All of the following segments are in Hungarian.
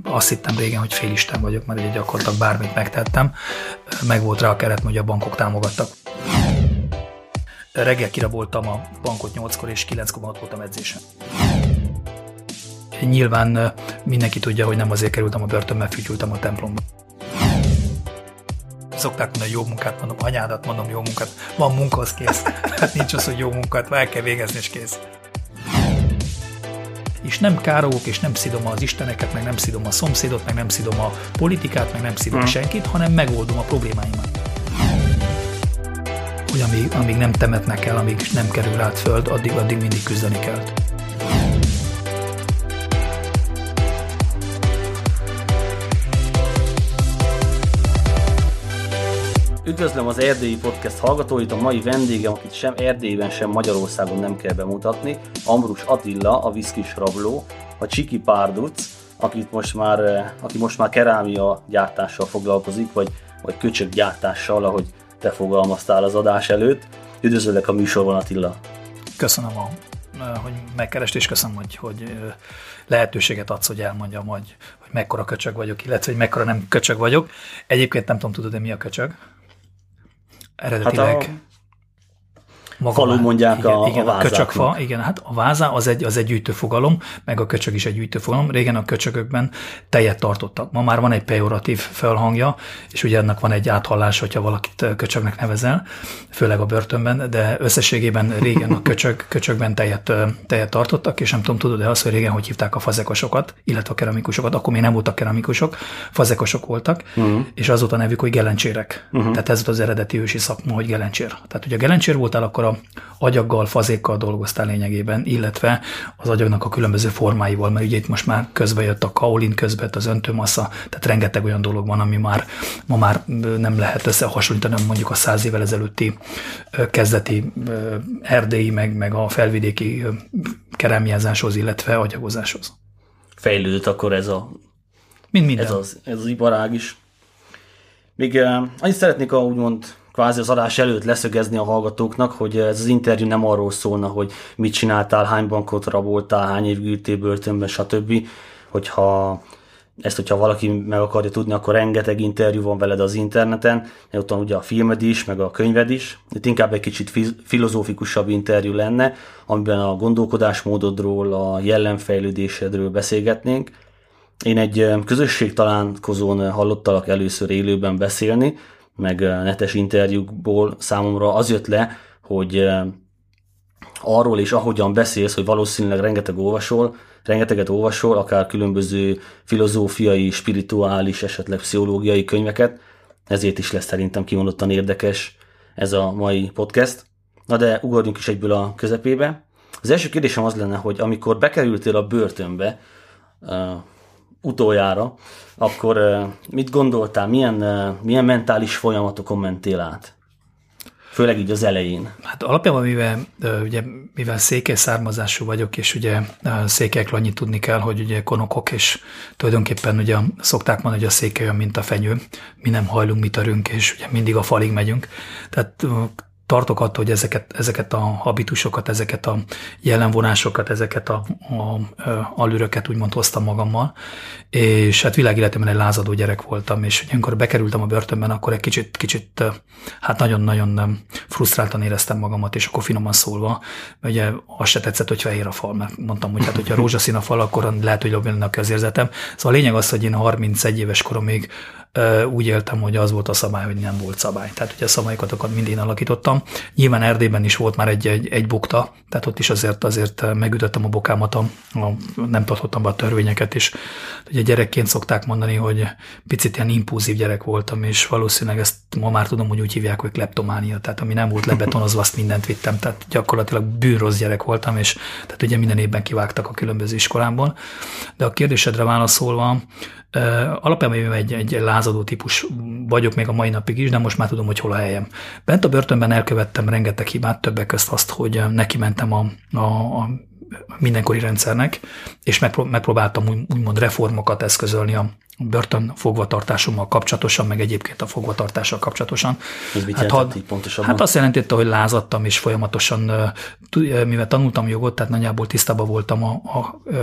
azt hittem régen, hogy félisten vagyok, mert ugye gyakorlatilag bármit megtettem. Meg volt rá a keret, hogy a bankok támogattak. Reggel kiraboltam a bankot 8-kor, és 9-kor ott voltam edzésen. Nyilván mindenki tudja, hogy nem azért kerültem a börtönbe, fütyültem a templomba. Szokták mondani, jó munkát, mondom, anyádat, mondom, jó munkát, van munka, az kész. Hát nincs az, hogy jó munkát, el kell végezni, és kész. És nem károgok, és nem szidom az isteneket, meg nem szidom a szomszédot, meg nem szidom a politikát, meg nem szidom senkit, hanem megoldom a problémáimat. Hogy amíg nem temetnek el, amíg nem kerül rád föld, addig mindig küzdeni kell. Üdvözlöm az Erdélyi Podcast hallgatóit, a mai vendégem, akit sem Erdélyben, sem Magyarországon nem kell bemutatni, Ambrus Attila, a viszkis rabló, a Csiki Párduc, aki most már kerámia gyártással foglalkozik, vagy köcsöggyártással, ahogy te fogalmaztál az adás előtt. Üdvözöllek a műsorban, Attila. Köszönöm, hogy megkerest, és köszönöm, hogy lehetőséget adsz, hogy elmondjam, hogy mekkora köcsög vagyok, illetve hogy mekkora nem köcsög vagyok. Egyébként nem tudom, tudod, de mi a köcsög? Eredetileg... Falu mondják, igen, a köcsögfa, igen, hát a váza az egy gyűjtőfogalom, meg a köcsög is egy gyűjtőfogalom. Régen a köcsögökben tejet tartottak. Ma már van egy pejoratív felhangja, és ugye ennek van egy áthallás, hogyha valakit köcsögnek nevezel, főleg a börtönben, de összességében régen a köcsögben tejet tartottak, és nem tudom, tudod-e azt, hogy régen hogy hívták a fazekosokat, illetve a keramikusokat, akkor még nem voltak keramikusok, fazekosok voltak, és az volt a nevük, hogy gelencsérek. Tehát ez volt az eredeti ősi szakma, hogy gelencsér. Tehát ugye gelencsér voltál, akkor agyaggal, fazékkal dolgoztál lényegében, illetve az agyagnak a különböző formáival, mert ugye itt most már közbe jött a kaolin, közbe jött az öntőmassza, tehát rengeteg olyan dolog van, ami ma már nem lehet összehasonlítani mondjuk a 100 évvel ezelőtti kezdeti erdélyi, meg a felvidéki kerámiázáshoz, illetve agyagozáshoz. Fejlődött akkor ez az iparág is. Még annyit szeretnék úgymond kvázi az adás előtt leszögezni a hallgatóknak, hogy ez az interjú nem arról szólna, hogy mit csináltál, hány bankot raboltál, hány évig ültél börtönben, stb. Hogyha valaki meg akarja tudni, akkor rengeteg interjú van veled az interneten, ott van ugye a filmed is, meg a könyved is. Itt inkább egy kicsit filozófikusabb interjú lenne, amiben a gondolkodásmódodról, a jellemfejlődésedről beszélgetnénk. Én egy közösségtalálkozón hallottalak először élőben beszélni, meg netes interjúkból számomra az jött le, hogy arról és ahogyan beszélsz, hogy valószínűleg rengeteget olvasol, akár különböző filozófiai, spirituális, esetleg pszichológiai könyveket, ezért is lesz szerintem kimondottan érdekes ez a mai podcast. Na de ugorjunk is egyből a közepébe. Az első kérdésem az lenne, hogy amikor bekerültél a börtönbe, utoljára, akkor mit gondoltál, milyen mentális folyamatokon mentél át? Főleg így az elején. Hát alapjában, mivel székely származású vagyok, és ugye székelyekről annyit tudni kell, hogy ugye konokok, és tulajdonképpen ugye szokták mondani, hogy a székely olyan, mint a fenyő, mi nem hajlunk, mi törünk, és ugye mindig a falig megyünk. Tehát tartok attól, hogy ezeket a habitusokat, ezeket a jellemvonásokat, ezeket a allűröket úgymond hoztam magammal, és hát világéletemben egy lázadó gyerek voltam, és amikor bekerültem a börtönben, akkor egy kicsit hát nagyon-nagyon frusztráltan éreztem magamat, és akkor finoman szólva, mert ugye azt se tetszett, hogy fehér a fal, mert mondtam, hogy hát, hogyha rózsaszín a fal, akkor lehet, hogy jobb lenne a közérzetem. Szóval a lényeg az, hogy én 31 éves koromig úgy éltem, hogy az volt a szabály, hogy nem volt szabály. Tehát ugye a szabályokat mindig én alakítottam. Nyilván Erdélyben is volt már egy bukta, tehát ott is azért megütöttem a bokámat, nem tartottam be a törvényeket, és ugye gyerekként szokták mondani, hogy picit ilyen impulzív gyerek voltam, és valószínűleg ezt ma már tudom, hogy úgy hívják, hogy kleptománia, tehát ami nem volt lebetonozva, azt mindent vittem, tehát gyakorlatilag bűnrossz gyerek voltam, és tehát ugye minden évben kivágtak a különböző iskolámból. De a kérdésedre válaszolva, alapjában egy lázadó típus vagyok még a mai napig is, de most már tudom, hogy hol a helyem. Bent a börtönben elkövettem rengeteg hibát, többek közt azt, hogy neki mentem a mindenkori rendszernek, és megpróbáltam úgymond reformokat eszközölni a börtön fogvatartásommal kapcsolatosan, meg egyébként a fogvatartással kapcsolatosan. Ez mit jelentett így pontosabban? Hát azt jelentette, hogy lázadtam, és folyamatosan, mivel tanultam jogot, tehát nagyjából tisztában voltam a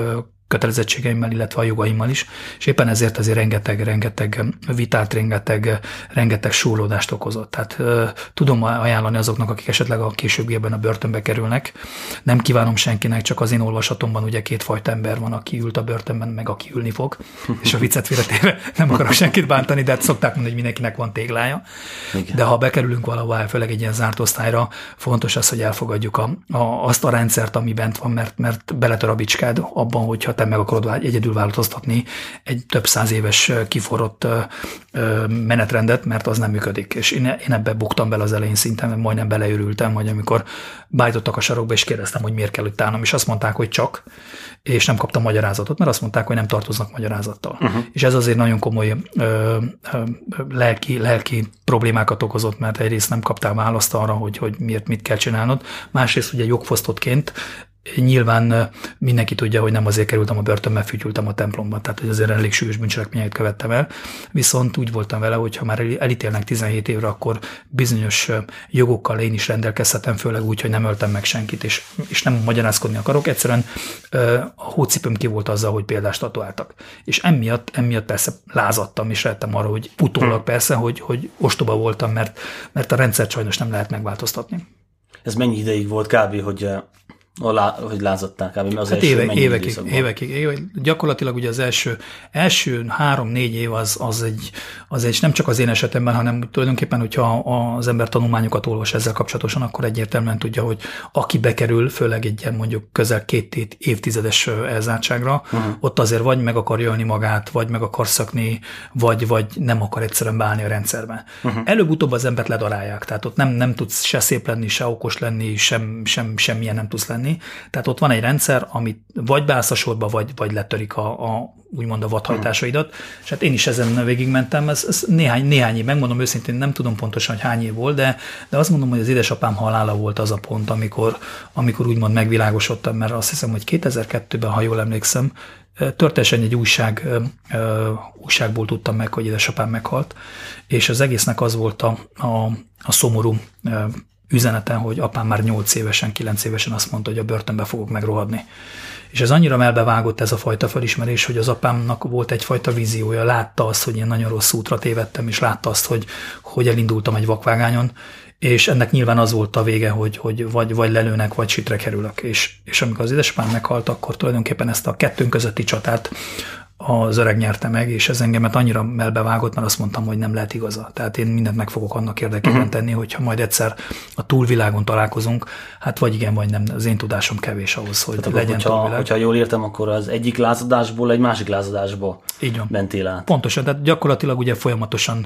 kötelezettségeimmel, illetve a jogaimmal is, és éppen ezért azért rengeteg vitát, rengeteg súrlódást okozott. Tehát tudom ajánlani azoknak, akik esetleg a későbbiekben a börtönbe kerülnek. Nem kívánom senkinek, csak az én olvasatomban ugye kétfajta ember van, aki ült a börtönben, meg aki ülni fog, és a viccet félretéve nem akarok senkit bántani, de hát szokták mondani, hogy mindenkinek van téglája. Igen. De ha bekerülünk valahol, főleg egy ilyen zárt osztályra, fontos az, hogy elfogadjuk azt a rendszert, ami bent van, mert beletör a bicskád abban, hogyha te meg akarod egyedül változtatni egy több száz éves kiforrott menetrendet, mert az nem működik. És én ebbe buktam bele az elején szinten, majdnem beleőrültem, hogy amikor beállítottak a sarokba, és kérdeztem, hogy miért kell itt állnom, és azt mondták, hogy csak, és nem kaptam magyarázatot, mert azt mondták, hogy nem tartoznak magyarázattal. És ez azért nagyon komoly lelki problémákat okozott, mert egyrészt nem kaptál választ arra, hogy miért mit kell csinálnod, másrészt ugye jogfosztottként nyilván mindenki tudja, hogy nem azért kerültem a börtönbe, fütyültem a templomban, tehát hogy azért elég súlyos bűncselekményeket követtem el, viszont úgy voltam vele, hogy ha már elítélnek 17 évre, akkor bizonyos jogokkal én is rendelkezhetem, főleg úgy, hogy nem öltem meg senkit, és nem magyarázkodni akarok, egyszerűen a hócipőm ki volt azzal, hogy példást tatuáltak. És emiatt persze lázadtam, és rájöttem arra, hogy utólag persze, hogy ostoba voltam, mert a rendszert sajnos nem lehet megváltoztatni. Ez mennyi ideig volt kb., hogy lázadtál kb. Az hát évekig. Gyakorlatilag ugye az első 3-4 év az egy nem csak az én esetemben, hanem tulajdonképpen, hogyha az ember tanulmányokat olvas ezzel kapcsolatosan, akkor egyértelműen tudja, hogy aki bekerül, főleg egy ilyen mondjuk közel 2 évtizedes elzártságra, ott azért vagy meg akar jölni magát, vagy meg akar szökni, vagy nem akar egyszerűen beállni a rendszerbe. Előbb-utóbb az embert ledarálják, tehát ott nem tudsz se szép lenni, se okos lenni, semmilyen nem tudsz lenni. Tehát ott van egy rendszer, amit vagy beállsz a sorba, vagy letörik úgymond a vadhajtásaidat, és hát én is ezen végigmentem, ez néhány év, megmondom őszintén, nem tudom pontosan, hogy hány év volt, de azt mondom, hogy az édesapám halála volt az a pont, amikor úgymond megvilágosodtam, mert azt hiszem, hogy 2002-ben, ha jól emlékszem, történetesen egy újságból tudtam meg, hogy édesapám meghalt, és az egésznek az volt a szomorú üzeneten, hogy apám már 8 évesen, 9 évesen azt mondta, hogy a börtönbe fogok megrohadni. És ez annyira melbevágott ez a fajta felismerés, hogy az apámnak volt egyfajta víziója, látta azt, hogy én nagyon rossz útra tévedtem, és látta azt, hogy elindultam egy vakvágányon, és ennek nyilván az volt a vége, hogy vagy lelőnek, vagy sütre kerülök. És amikor az édesapám meghalt, akkor tulajdonképpen ezt a kettőnk közötti csatát az öreg nyerte meg, és ez engemet annyira melbevágott, mert azt mondtam, hogy nem lehet igaza. Tehát én mindent meg fogok annak érdekében tenni, hogyha majd egyszer a túlvilágon találkozunk, hát vagy igen, vagy nem, az én tudásom kevés ahhoz, hogy tehát legyen túlvilág. Hogyha jól értem, akkor az egyik lázadásból egy másik lázadásba mentél át. Pontosan, tehát gyakorlatilag ugye folyamatosan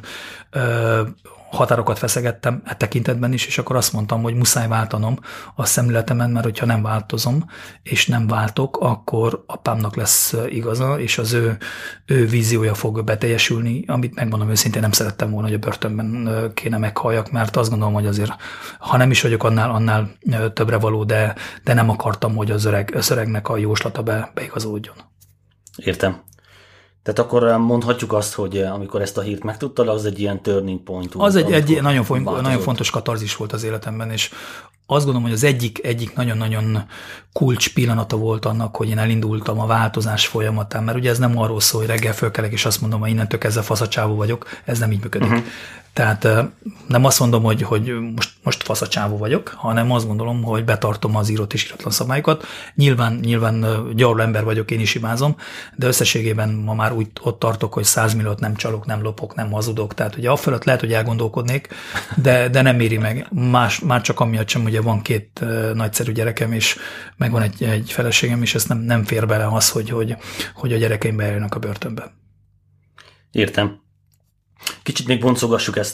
határokat feszegettem e tekintetben is, és akkor azt mondtam, hogy muszáj váltanom a szemléletemen, mert hogyha nem változom, és nem váltok, akkor apámnak lesz igaza, és az ő víziója fog beteljesülni, amit megmondom őszintén nem szerettem volna, hogy a börtönben kéne meghalljak, mert azt gondolom, hogy azért, ha nem is vagyok annál többre való, de nem akartam, hogy az öregnek a jóslata beigazódjon. Értem. Tehát akkor mondhatjuk azt, hogy amikor ezt a hírt megtudtad, az egy ilyen turning point. Az egy nagyon fontos katarzis volt az életemben, és azt gondolom, hogy az egyik nagyon-nagyon kulcs pillanata volt annak, hogy én elindultam a változás folyamatán, mert ugye ez nem arról szól, hogy reggel fölkelek, és azt mondom, hogy innentől kezdve faszacsávó vagyok, ez nem így működik. Tehát nem azt mondom, hogy most faszacsávó vagyok, hanem azt gondolom, hogy betartom az írott és íratlan szabályokat. Nyilván gyarló ember vagyok, én is hibázom, de összességében ma már ott tartok, hogy 100 milliót nem csalok, nem lopok, nem hazudok. Tehát ugye afölött lehet, hogy elgondolkodnék, de nem éri meg. Már csak amiatt sem, ugye van 2 nagyszerű gyerekem, és megvan egy feleségem, és ezt nem fér bele az, hogy a gyerekeim bejönnek a börtönbe. Értem. Kicsit még boncogassuk ezt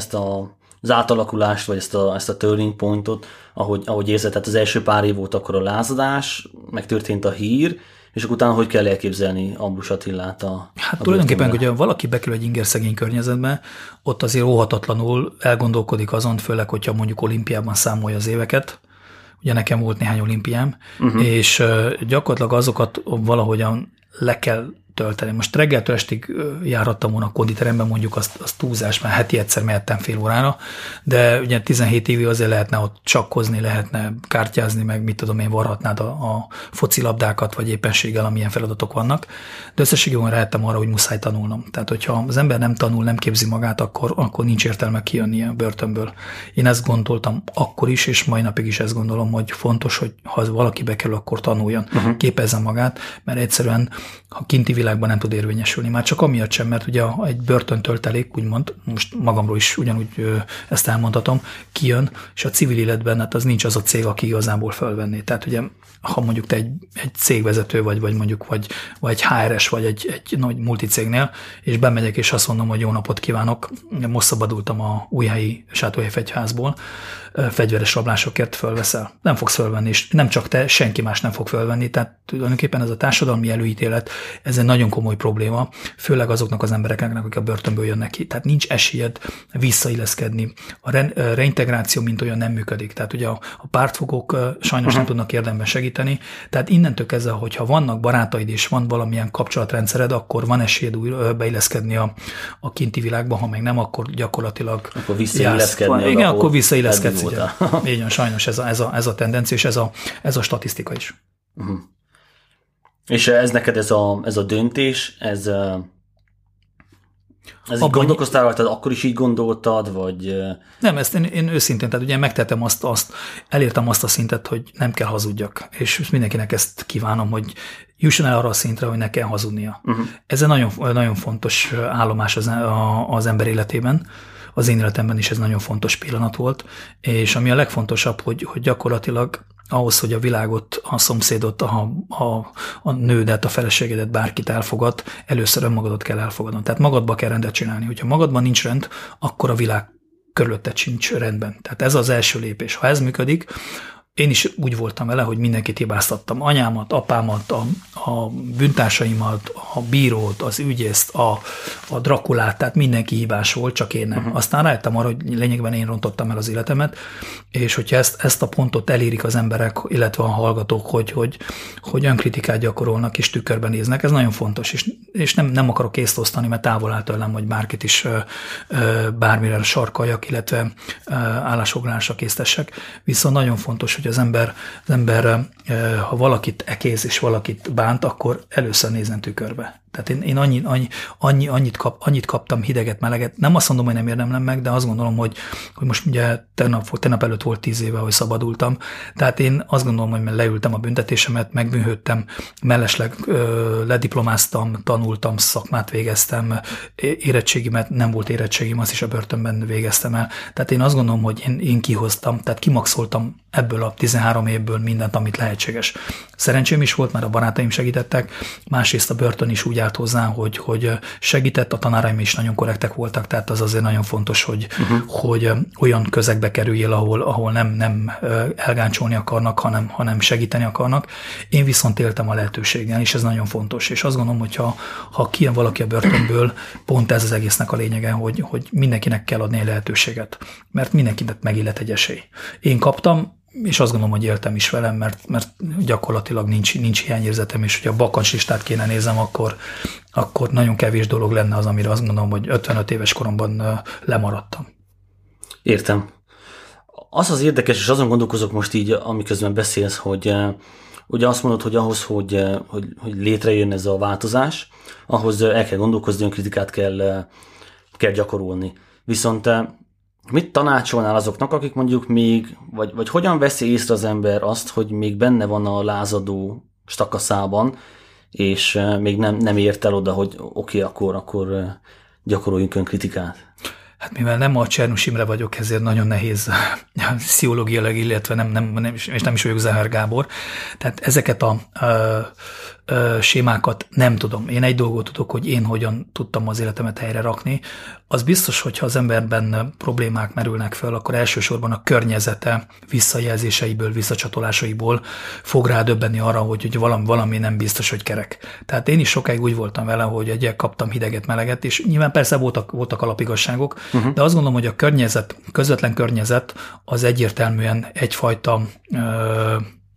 az átalakulást, vagy ezt a turning pointot, ahogy érzed, tehát az első pár év volt akkor a lázadás, megtörtént a hír, és akkor utána hogy kell elképzelni Ambrus Attilát Hát tulajdonképpen, hogyha valaki bekerül egy ingerszegény környezetbe, ott azért óhatatlanul elgondolkodik azon, főleg, hogyha mondjuk olimpiában számolja az éveket, ugye nekem volt néhány olimpiám, és gyakorlatilag azokat valahogyan le kell tölteni. Most reggeltől estig járhattam volna a konditeremben, mondjuk az túlzás, mert heti egyszer mehettem fél órára, de ugye 17 évig azért lehetne ott csakkozni, lehetne kártyázni, meg mit tudom én, varhatnád a focilabdákat, vagy éppenséggel, amilyen feladatok vannak, de összességében rájöttem arra, hogy muszáj tanulnom. Tehát, hogyha az ember nem tanul, nem képzi magát, akkor nincs értelme kijönnie a börtönből. Én ezt gondoltam akkor is, és mai napig is ezt gondolom, hogy fontos, hogy ha valaki bekerül, akkor tanuljon, képezze magát, mert egyszerűen a kinti világban nem tud érvényesülni. Már csak amiatt sem, mert ugye egy börtöntöltelék, úgymond, most magamról is ugyanúgy ezt elmondhatom, kijön, és a civil életben hát az nincs az a cég, aki igazából fölvenné. Tehát ugye, ha mondjuk te egy cégvezető vagy mondjuk, vagy egy HRS, vagy egy nagy multicégnél, és bemegyek, és azt mondom, hogy jó napot kívánok, most szabadultam a Újhelyi Sátorhelyi Fegyházból, fegyveres rablásokért fölveszel. Nem fogsz fölvenni, és nem csak te, senki más nem fog fölvenni, tehát tulajdonképpen ez a társadalmi előítélet, ez egy nagyon komoly probléma, főleg azoknak az embereknek, akik a börtönből jönnek ki. Tehát nincs esélyed visszailleszkedni. A reintegráció mint olyan nem működik. Tehát ugye a pártfogók sajnos nem tudnak érdemben segíteni. Tehát innentől kezdve, hogyha vannak barátaid és van valamilyen kapcsolatrendszered, akkor van esélyed újra beilleszkedni a kinti világba, ha meg nem, akkor gyakorlatilag akkor visszailleszkedni. Igen, akkor visszailleszkedsz. Így van, sajnos ez a tendencia, és ez a statisztika is. És ez neked ez a döntés, ez így gondolkoztál rajta, akkor is így gondoltad, vagy... Nem, ezt én őszintén, tehát ugye megtettem elértem azt a szintet, hogy nem kell hazudjak, és mindenkinek ezt kívánom, hogy jusson el arra a szintre, hogy ne kell hazudnia. Ez egy nagyon, nagyon fontos állomás az ember életében, az én életemben is ez nagyon fontos pillanat volt, és ami a legfontosabb, hogy gyakorlatilag ahhoz, hogy a világot, a szomszédot, a nődet, a feleségedet, bárkit elfogad, először önmagadat kell elfogadnod. Tehát magadba kell rendet csinálni. Hogyha magadban nincs rend, akkor a világ körülötted sincs rendben. Tehát ez az első lépés. Ha ez működik, én is úgy voltam vele, hogy mindenkit hibáztattam. Anyámat, apámat, a bűntársaimat, a bírót, az ügyészt, a Drakulát, tehát mindenki hibás volt, csak én nem. Aztán rájöttem arra, hogy lényegben én rontottam el az életemet, és hogyha ezt a pontot elérik az emberek, illetve a hallgatók, hogy önkritikát gyakorolnak és tükörben néznek, ez nagyon fontos, és nem akarok észt osztani, mert távol áll tőlem, hogy bárkit is bármire sarkaljak, illetve állásfoglalásra késztessek. Viszont nagyon fontos, hogy az ember, ha valakit ekéz és valakit bánt, akkor először nézzen tükörbe. Tehát én annyit kaptam hideget, meleget. Nem azt mondom, hogy nem érdemlem meg, de azt gondolom, hogy most ugye tegnap előtt volt 10 éve, hogy szabadultam. Tehát én azt gondolom, hogy leültem a büntetésemet, megbűnhődtem, mellesleg lediplomáztam, tanultam, szakmát végeztem, érettségimet, nem volt érettségim, azt is a börtönben végeztem el. Tehát én azt gondolom, hogy én kihoztam, tehát kimaxoltam ebből a 13 évből mindent, amit lehetséges. Szerencsém is volt, mert a barátaim segítettek, másrészt a börtön is úgy állt hozzá, hogy segített, a tanáraim is nagyon korrektek voltak, tehát az azért nagyon fontos, hogy olyan közegbe kerüljél, ahol nem elgáncsolni akarnak, hanem segíteni akarnak. Én viszont éltem a lehetőséggel, és ez nagyon fontos. És azt gondolom, hogy ha kijön valaki a börtönből, pont ez az egésznek a lényege, hogy mindenkinek kell adni egy lehetőséget, mert mindenkinek megillet egy esély. Én kaptam, és azt gondolom, hogy éltem is velem, mert gyakorlatilag nincs hiányérzetem, és hogyha a bakancslistát kéne nézem, akkor nagyon kevés dolog lenne az, amire azt gondolom, hogy 55 éves koromban lemaradtam. Értem. Az érdekes, és azon gondolkozok most így, amiközben beszélsz, hogy ugye azt mondod, hogy ahhoz, hogy létrejön ez a változás, ahhoz el kell gondolkozni, önkritikát kell gyakorolni. Viszont mit tanácsolnál azoknak, akik mondjuk még, vagy hogyan veszi észre az ember azt, hogy még benne van a lázadó stakaszában, és még nem ért el oda, hogy oké, akkor gyakoroljunk önkritikát? Hát mivel nem a Csernus Imre vagyok, ezért nagyon nehéz pszichológiailag, illetve és nem is vagyok Záher Gábor. Tehát ezeket a sémákat nem tudom. Én egy dolgot tudok, hogy én hogyan tudtam az életemet helyre rakni. Az biztos, hogyha az emberben problémák merülnek fel, akkor elsősorban a környezete visszajelzéseiből, visszacsatolásaiból fog rádöbbenni arra, hogy valami nem biztos, hogy kerek. Tehát én is sokáig úgy voltam vele, hogy egyel kaptam hideget, meleget, és nyilván persze voltak alapigazságok, de azt gondolom, hogy a közvetlen környezet az egyértelműen egyfajta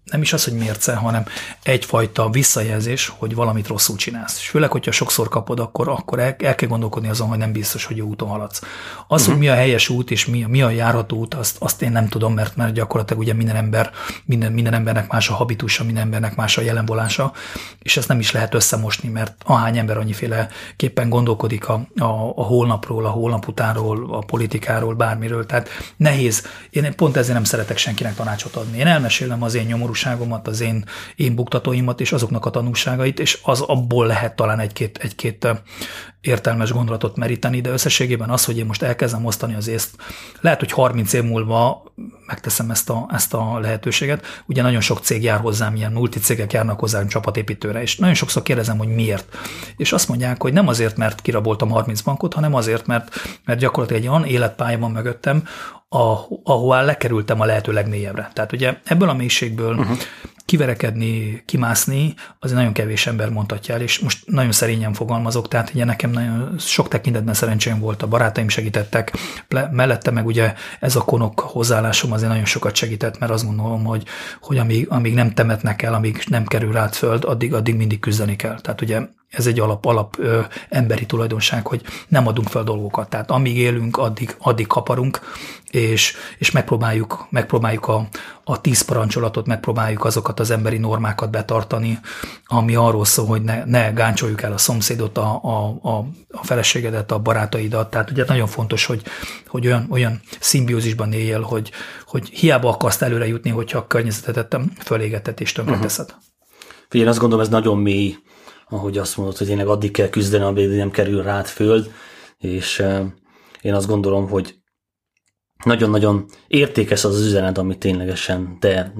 nem is az, hogy mérce, hanem egyfajta visszajelzés, hogy valamit rosszul csinálsz. És főleg, hogyha sokszor kapod, akkor el kell gondolkodni azon, hogy nem biztos, hogy jó úton haladsz. Az, hogy mi a helyes út és mi a járható út, azt én nem tudom, mert gyakorlatilag ugye minden embernek más a habitusa, minden embernek más a jelenvolása, és ezt nem is lehet összemosni, mert ahány ember annyiféleképpen gondolkodik a holnapról, a holnap utánról, a politikáról, bármiről. Tehát nehéz. Én pont ezért nem szeretek senkinek tanácsot adni. Én elmesélem az én nyomorúságomat, az én buktatóimat és azoknak a tanulságait, és az abból lehet talán egy-két értelmes gondolatot meríteni, de összességében az, hogy én most elkezdem osztani az észt, lehet, hogy 30 év múlva megteszem ezt a lehetőséget. Ugye nagyon sok cég jár hozzám, ilyen multicégek járnak hozzám csapatépítőre, és nagyon sokszor kérdezem, hogy miért. És azt mondják, hogy nem azért, mert kiraboltam 30 bankot, hanem azért, mert gyakorlatilag egy olyan életpálya van mögöttem, ahová lekerültem a lehető legmélyebbre. Tehát ugye ebből a mélységből kiverekedni, kimászni, az nagyon kevés ember mondhatja el, és most nagyon szerényen fogalmazok, tehát ugye nekem nagyon sok tekintetben szerencsém volt, a barátaim segítettek, mellette meg ugye ez a konok hozzáállásom azért nagyon sokat segített, mert azt gondolom, hogy amíg nem temetnek el, amíg nem kerül rád föld, addig mindig küzdeni kell. Tehát ugye ez egy alap emberi tulajdonság, hogy nem adunk fel dolgokat. Tehát amíg élünk, addig kaparunk, és megpróbáljuk a 10 parancsolatot, megpróbáljuk azokat az emberi normákat betartani, ami arról szól, hogy ne gáncsoljuk el a szomszédot, a feleségedet, a barátaidat. Tehát ugye nagyon fontos, hogy olyan szimbiózisban éljél, hogy hiába akarsz előre jutni, hogyha a környezetedet fölégeted és tönkreteszed. Én azt gondolom, ez nagyon mély, ahogy azt mondod, hogy tényleg addig kell küzdeni, amíg nem kerül rád föld, és én azt gondolom, hogy nagyon-nagyon értékes az üzenet, amit ténylegesen te,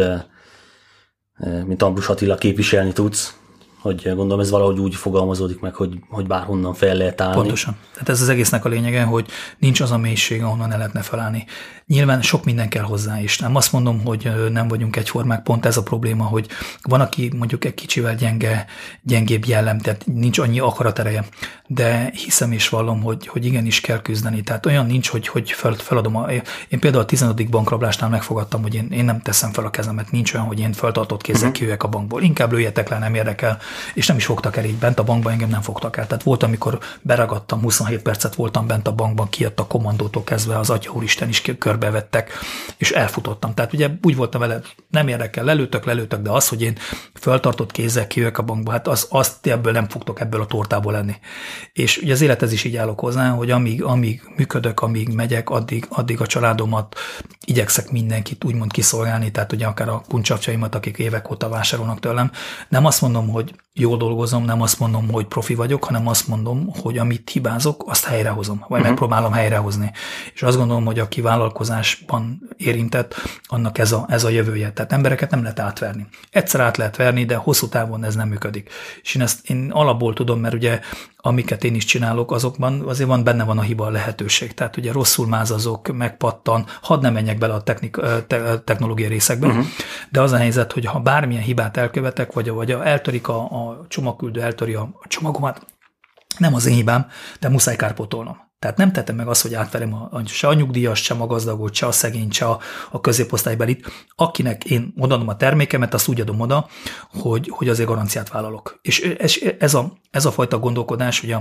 mint Ambrus Attila képviselni tudsz, hogy gondolom ez valahogy úgy fogalmazódik meg, hogy bárhonnan fel lehet állni. Pontosan. Tehát ez az egésznek a lényege, hogy nincs az a mélység, ahonnan ne lehetne felállni. Nyilván sok minden kell hozzá is. Nem azt mondom, hogy nem vagyunk egyformák, pont ez a probléma, hogy van, aki mondjuk egy kicsivel gyengébb jellem, tehát nincs annyi akaratereje, de hiszem és vallom, hogy igenis kell küzdeni. Tehát olyan nincs, hogy feladom. Én például a 15. bankrablásnál megfogadtam, hogy én nem teszem fel a kezemet, nincs olyan, hogy én feltartott kézzel kijöjjek a bankból. Inkább lőjetek le, nem érdekel, és nem is fogtak el így. Bent a bankban engem nem fogtak el. Tehát volt, amikor beragadtam, 27 percet voltam bent a bankban, kijött a kommandótól kezdve, az Atya Úristen is körbevettek, és elfutottam. Tehát ugye úgy voltam vele, nem érdekel, lelőtök, de az, hogy én feltartott kézzel kijöjjek a bankba, hát azt ebből nem fogtok ebből a tortából lenni. És ugye az élethez is így állok hozzá, hogy amíg működök, amíg megyek, addig a családomat igyekszek mindenkit úgymond kiszolgálni, tehát ugye akár a kuncsavcsaimat, akik évek óta vásárolnak tőlem. Nem azt mondom, hogy jól dolgozom, nem azt mondom, hogy profi vagyok, hanem azt mondom, hogy amit hibázok, azt helyrehozom, vagy megpróbálom helyrehozni. És azt gondolom, hogy aki vállalkozásban érintett, annak ez a jövője. Tehát embereket nem lehet átverni. Egyszer át lehet verni, de hosszú távon ez nem működik. És én alapból tudom, mert ugye amiket én is csinálok, azokban azért benne van a hiba, a lehetőség. Tehát ugye rosszul mázazok, megpattan, hadd ne menjek bele a technológiai részekbe, de az a helyzet, hogy ha bármilyen hibát elkövetek, vagy eltörik a csomagküldő, eltöri a csomagomat, nem az én hibám, de muszáj kárpótolnom. Tehát nem tettem meg azt, hogy átverem se a nyugdíjas, se a gazdagot, se a szegényt, se a középosztálybelit. Akinek én odaadom a termékemet, azt úgy adom oda, hogy azért garanciát vállalok. És ez a fajta gondolkodás ugye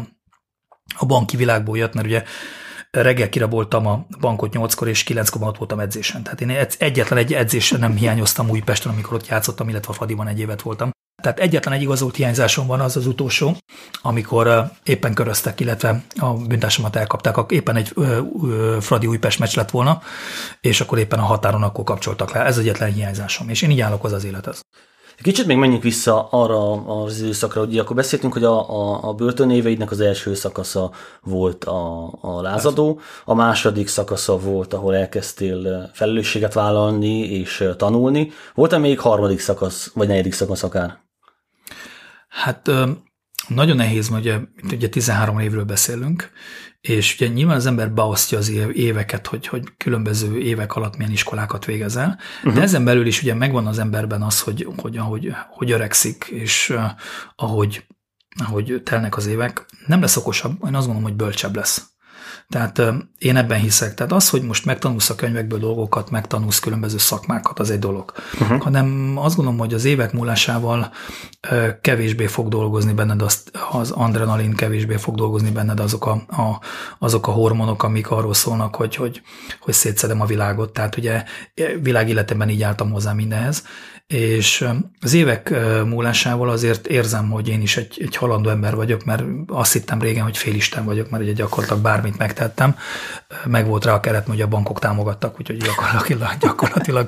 a banki világból jött, mert ugye reggel kiraboltam a bankot 8-kor, és 9-kor ott voltam edzésen. Tehát én egyetlen egy edzésen nem hiányoztam Újpesten, amikor ott játszottam, illetve a Fradiban egy évet voltam. Tehát egyetlen egy igazolt hiányzásom van, az utolsó, amikor éppen köröztek, illetve a bűntársamat elkapták, éppen egy Fradi Újpest meccs lett volna, és akkor éppen a határon akkor kapcsoltak le. Ez egyetlen egy hiányzásom, és én így állok az élethez. Kicsit még menjünk vissza arra az időszakra, hogy akkor beszéltünk, hogy a börtönéveidnek az első szakasza volt a lázadó, a második szakasza volt, ahol elkezdtél felelősséget vállalni és tanulni. Volt-e még harmadik szakasz, vagy negyedik szakasz akár? Hát nagyon nehéz, mert ugye 13 évről beszélünk, és ugye nyilván az ember beosztja az éveket, hogy különböző évek alatt milyen iskolákat végezel, de ezen belül is ugye megvan az emberben az, hogy öregszik, és ahogy telnek az évek, nem lesz okosabb, én azt gondolom, hogy bölcsebb lesz. Tehát én ebben hiszek. Tehát az, hogy most megtanulsz a könyvekből dolgokat, megtanulsz különböző szakmákat, az egy dolog. Hanem azt gondolom, hogy az évek múlásával kevésbé fog dolgozni benned az adrenalin, kevésbé fog dolgozni benned azok a hormonok, amik arról szólnak, hogy szétszedem a világot. Tehát ugye világéletemben így álltam hozzá mindenhez. És az évek múlásával azért érzem, hogy én is egy halandó ember vagyok, mert azt hittem régen, hogy félisten vagyok, mert ugye gyakorlatilag bármit megtettem. Meg volt rá a keret, hogy a bankok támogattak, úgyhogy gyakorlatilag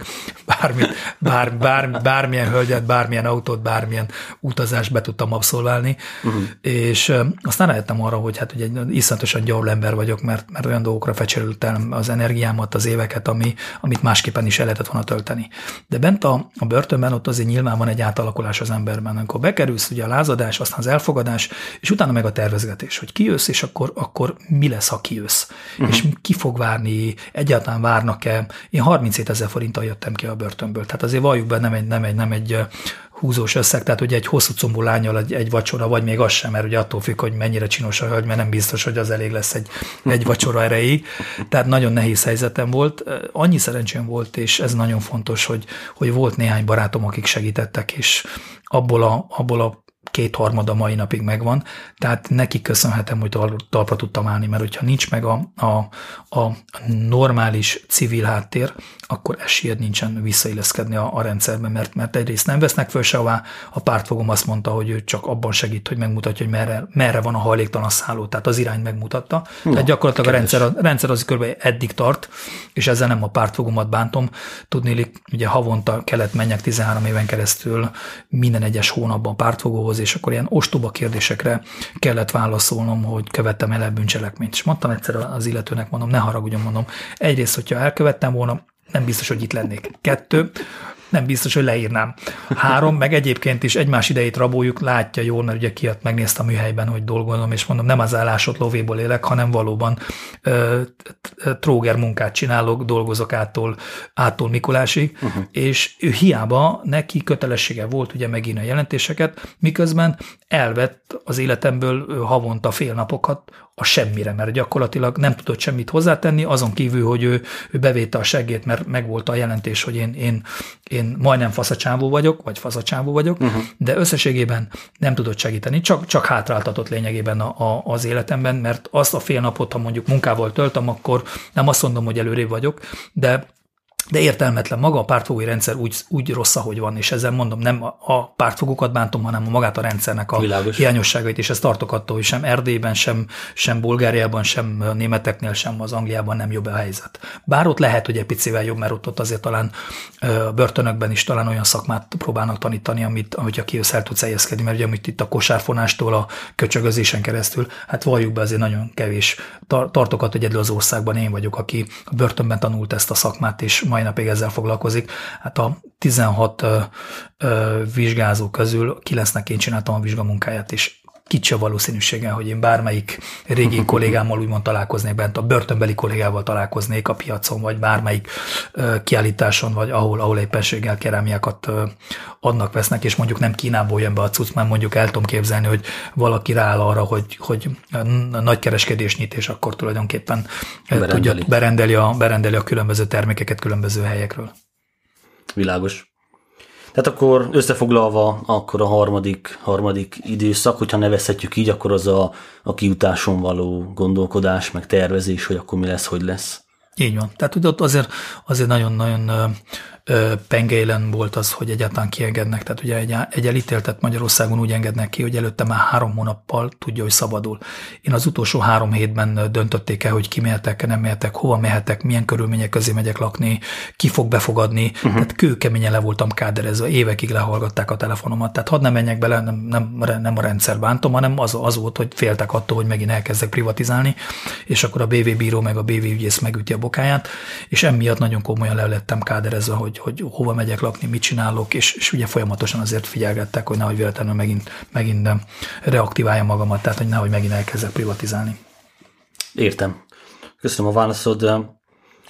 bármilyen hölgyet, bármilyen autót, bármilyen utazást be tudtam abszolválni. És aztán rájöttem arra, hogy hát ugye egy iszonyatosan gyarló ember vagyok, mert olyan dolgokra fecserültem az energiámat, az éveket, amit másképpen is el lehetett volna tölteni. De bent a börtönben ott azért nyilván van egy átalakulás az emberben. Amikor bekerülsz, ugye a lázadás, aztán az elfogadás, és utána meg a tervezgetés, hogy kijössz, és akkor mi lesz, ha kijössz? És ki fog várni, egyáltalán várnak-e? Én 37 000 forinttal jöttem ki a börtönből. Tehát azért valljuk be, nem egy húzós összeg, tehát ugye egy hosszú combú lányal egy vacsora, vagy még az sem, mert ugye attól függ, hogy mennyire csinos a hölgy, mert nem biztos, hogy az elég lesz egy vacsora erejéig. Tehát nagyon nehéz helyzetem volt. Annyi szerencsém volt, és ez nagyon fontos, hogy volt néhány barátom, akik segítettek, és abból a 2/3 mai napig megvan, tehát neki köszönhetem, hogy talpra tudtam állni, mert hogyha nincs meg a normális civil háttér, akkor esélyed nincsen visszailleszkedni a rendszerben, mert egyrészt nem vesznek föl sehová, a pártfogom azt mondta, hogy ő csak abban segít, hogy megmutatja, hogy merre van a hajléktalan szálló, tehát az irányt megmutatta. Tehát gyakorlatilag a rendszer az kb. Eddig tart, és ezzel nem a pártfogomat bántom. Tudnélik, ugye havonta kellett menjek 13 éven keresztül minden egyes hónapban a pártfogóhoz, és akkor ilyen ostoba kérdésekre kellett válaszolnom, hogy követtem el bűncselekményt. És mondtam egyszer az illetőnek, mondom, ne haragudjon, mondom, egyrészt, hogyha elkövettem volna, nem biztos, hogy itt lennék. 2, nem biztos, hogy leírnám. 3, meg egyébként is egymás idejét raboljuk, látja jól, mert ugye kijött, megnézte a műhelyben, hogy dolgozom, és mondom, nem az állásot lóvéból élek, hanem valóban tróger munkát csinálok, dolgozok áttól Mikulásig, és ő hiába neki kötelessége volt ugye megírni a jelentéseket, miközben elvett az életemből havonta fél napokat a semmire, mert gyakorlatilag nem tudott semmit hozzátenni, azon kívül, hogy ő bevétte a seggét, mert megvolt a jelentés, hogy én majdnem faszacsávó vagyok, de összességében nem tudott segíteni, csak hátráltatott lényegében az életemben, mert azt a fél napot, ha mondjuk munkával töltöm, akkor nem azt mondom, hogy előrébb vagyok, de értelmetlen maga a pártfogói rendszer úgy rossz, ahogy van, és ezzel mondom, nem a pártfogókat bántom, hanem magát a rendszernek a hiányosságait, és ezt tartok attól, hogy sem Erdélyben, sem Bulgáriában, sem a németeknél, sem az Angliában nem jobb a helyzet. Bár ott lehet, hogy egy picivel jobb, mert ott azért talán a börtönökben is talán olyan szakmát próbálnak tanítani, ahogy aki el tudsz helyezkedni, mert ugye amit itt a kosárfonástól a köcsögözésen keresztül, hát valljuk be, azért nagyon kevés. Tartok attól, hogy egyedül az országban én vagyok, aki a börtönben tanult ezt a szakmát, és mai napig ezzel foglalkozik. Hát a 16 vizsgázó közül 9-nek én csináltam a vizsgamunkáját, és kicsi a valószínűséggel, hogy én bármelyik régi kollégámmal úgymond találkoznék bent, a börtönbeli kollégával találkoznék a piacon, vagy bármelyik kiállításon, vagy ahol éppenséggel kerámiákat adnak, vesznek, és mondjuk nem Kínából jön be a cucc, mert mondjuk el tudom képzelni, hogy valaki rááll arra, hogy nagy kereskedés nyit, és akkor tulajdonképpen berendeli a különböző termékeket különböző helyekről. Világos. Tehát akkor összefoglalva, akkor a harmadik időszak, hogyha nevezhetjük így, akkor az a kiutáson való gondolkodás, meg tervezés, hogy akkor mi lesz, hogy lesz. Így van. Tehát ugye ott azért nagyon-nagyon pengeilen volt az, hogy egyáltalán kiengednek. Tehát ugye egy elítéltet Magyarországon úgy engednek ki, hogy előtte már 3 hónappal tudja, hogy szabadul. Én az utolsó 3 hétben döntötték el, hogy ki mehetek, nem mehetek, hova mehetek, milyen körülmények közé megyek lakni, ki fog befogadni. Tehát kőkeményen le voltam káderezve, évekig lehallgatták a telefonomat. Tehát hadd ne menjek bele, nem a rendszer bántom, hanem az volt, hogy féltek attól, hogy megint elkezdek privatizálni, és akkor a BV bíró meg a BV ügyész megüti a bokáját, és emiatt nagyon komolyan le lettem káderezve, hogy hova megyek lakni, mit csinálok, és ugye folyamatosan azért figyelgettek, hogy nehogy véletlenül megint reaktiválja magamat, tehát hogy nehogy megint elkezdek privatizálni. Értem. Köszönöm a válaszod.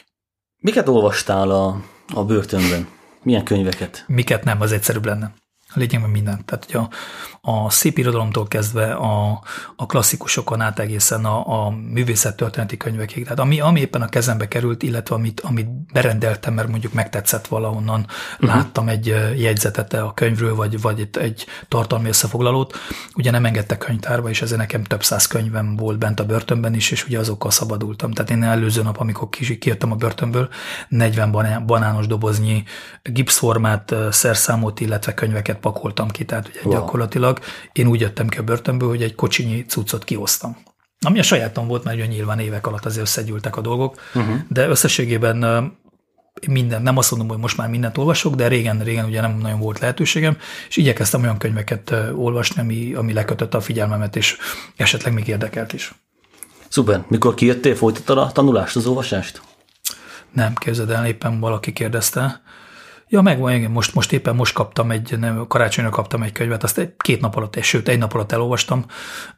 Miket olvastál a börtönben? Milyen könyveket? Miket nem, az egyszerűbb lenne. lényegben mindent. Tehát ugye a szép irodalomtól kezdve a klasszikusokon át egészen a művészettörténeti könyvekig. Tehát ami éppen a kezembe került, illetve amit berendeltem, mert mondjuk megtetszett valahonnan, láttam egy jegyzetet a könyvről, vagy egy tartalmi összefoglalót, ugye nem engedtek könyvtárba, és ezért nekem több száz könyvem volt bent a börtönben is, és ugye azokkal szabadultam. Tehát én előző nap, amikor kijöttem a börtönből, 40 banános doboznyi gipszformát, szerszámot, illetve könyveket pakoltam ki. Tehát ugye gyakorlatilag én úgy jöttem ki a börtönből, hogy egy kocsinyi cuccot kihoztam. Ami a sajátom volt, mert ugye nyilván évek alatt azért összegyűltek a dolgok, de összességében minden, nem azt mondom, hogy most már mindent olvasok, de régen ugye nem nagyon volt lehetőségem, és igyekeztem olyan könyveket olvasni, ami lekötötte a figyelmemet, és esetleg még érdekelt is. Szuper. Mikor kijöttél, folytattad a tanulást, az olvasást? Nem, képzeld el, éppen valaki kérdezte. Ja, megvan, igen, most éppen kaptam karácsonyra kaptam egy könyvet, azt egy nap alatt elolvastam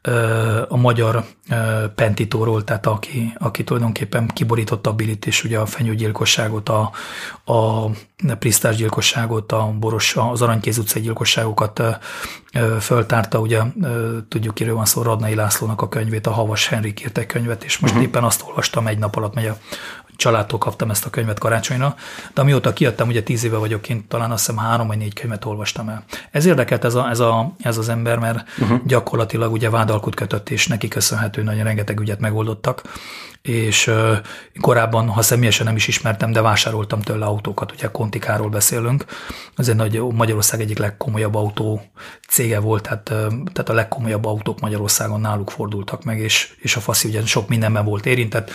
a magyar Pentitóról, tehát aki tulajdonképpen kiborította a Billit, és ugye a fenyőgyilkosságot, a Prisztás gyilkosságot, az Aranykéz utcai gyilkosságokat föltárta, ugye tudjuk, kiről van szó, Radnai Lászlónak a könyvét, a Havas Henrik írt egy könyvet, és most éppen azt olvastam egy nap alatt, a családtól kaptam ezt a könyvet karácsonyra, de amióta kijöttem, ugye 10 éve vagyok én, talán azt hiszem 3 vagy 4 könyvet olvastam el. Ez érdekelt ez az ember, mert gyakorlatilag ugye vádalkut kötött, és neki köszönhető nagyon rengeteg ügyet megoldottak, és korábban, ha személyesen nem is ismertem, de vásároltam tőle autókat, ugye Contikáról beszélünk, ez egy Magyarország egyik legkomolyabb autó cége volt, tehát a legkomolyabb autók Magyarországon náluk fordultak meg, és a faszi ugye sok mindenben volt érintett,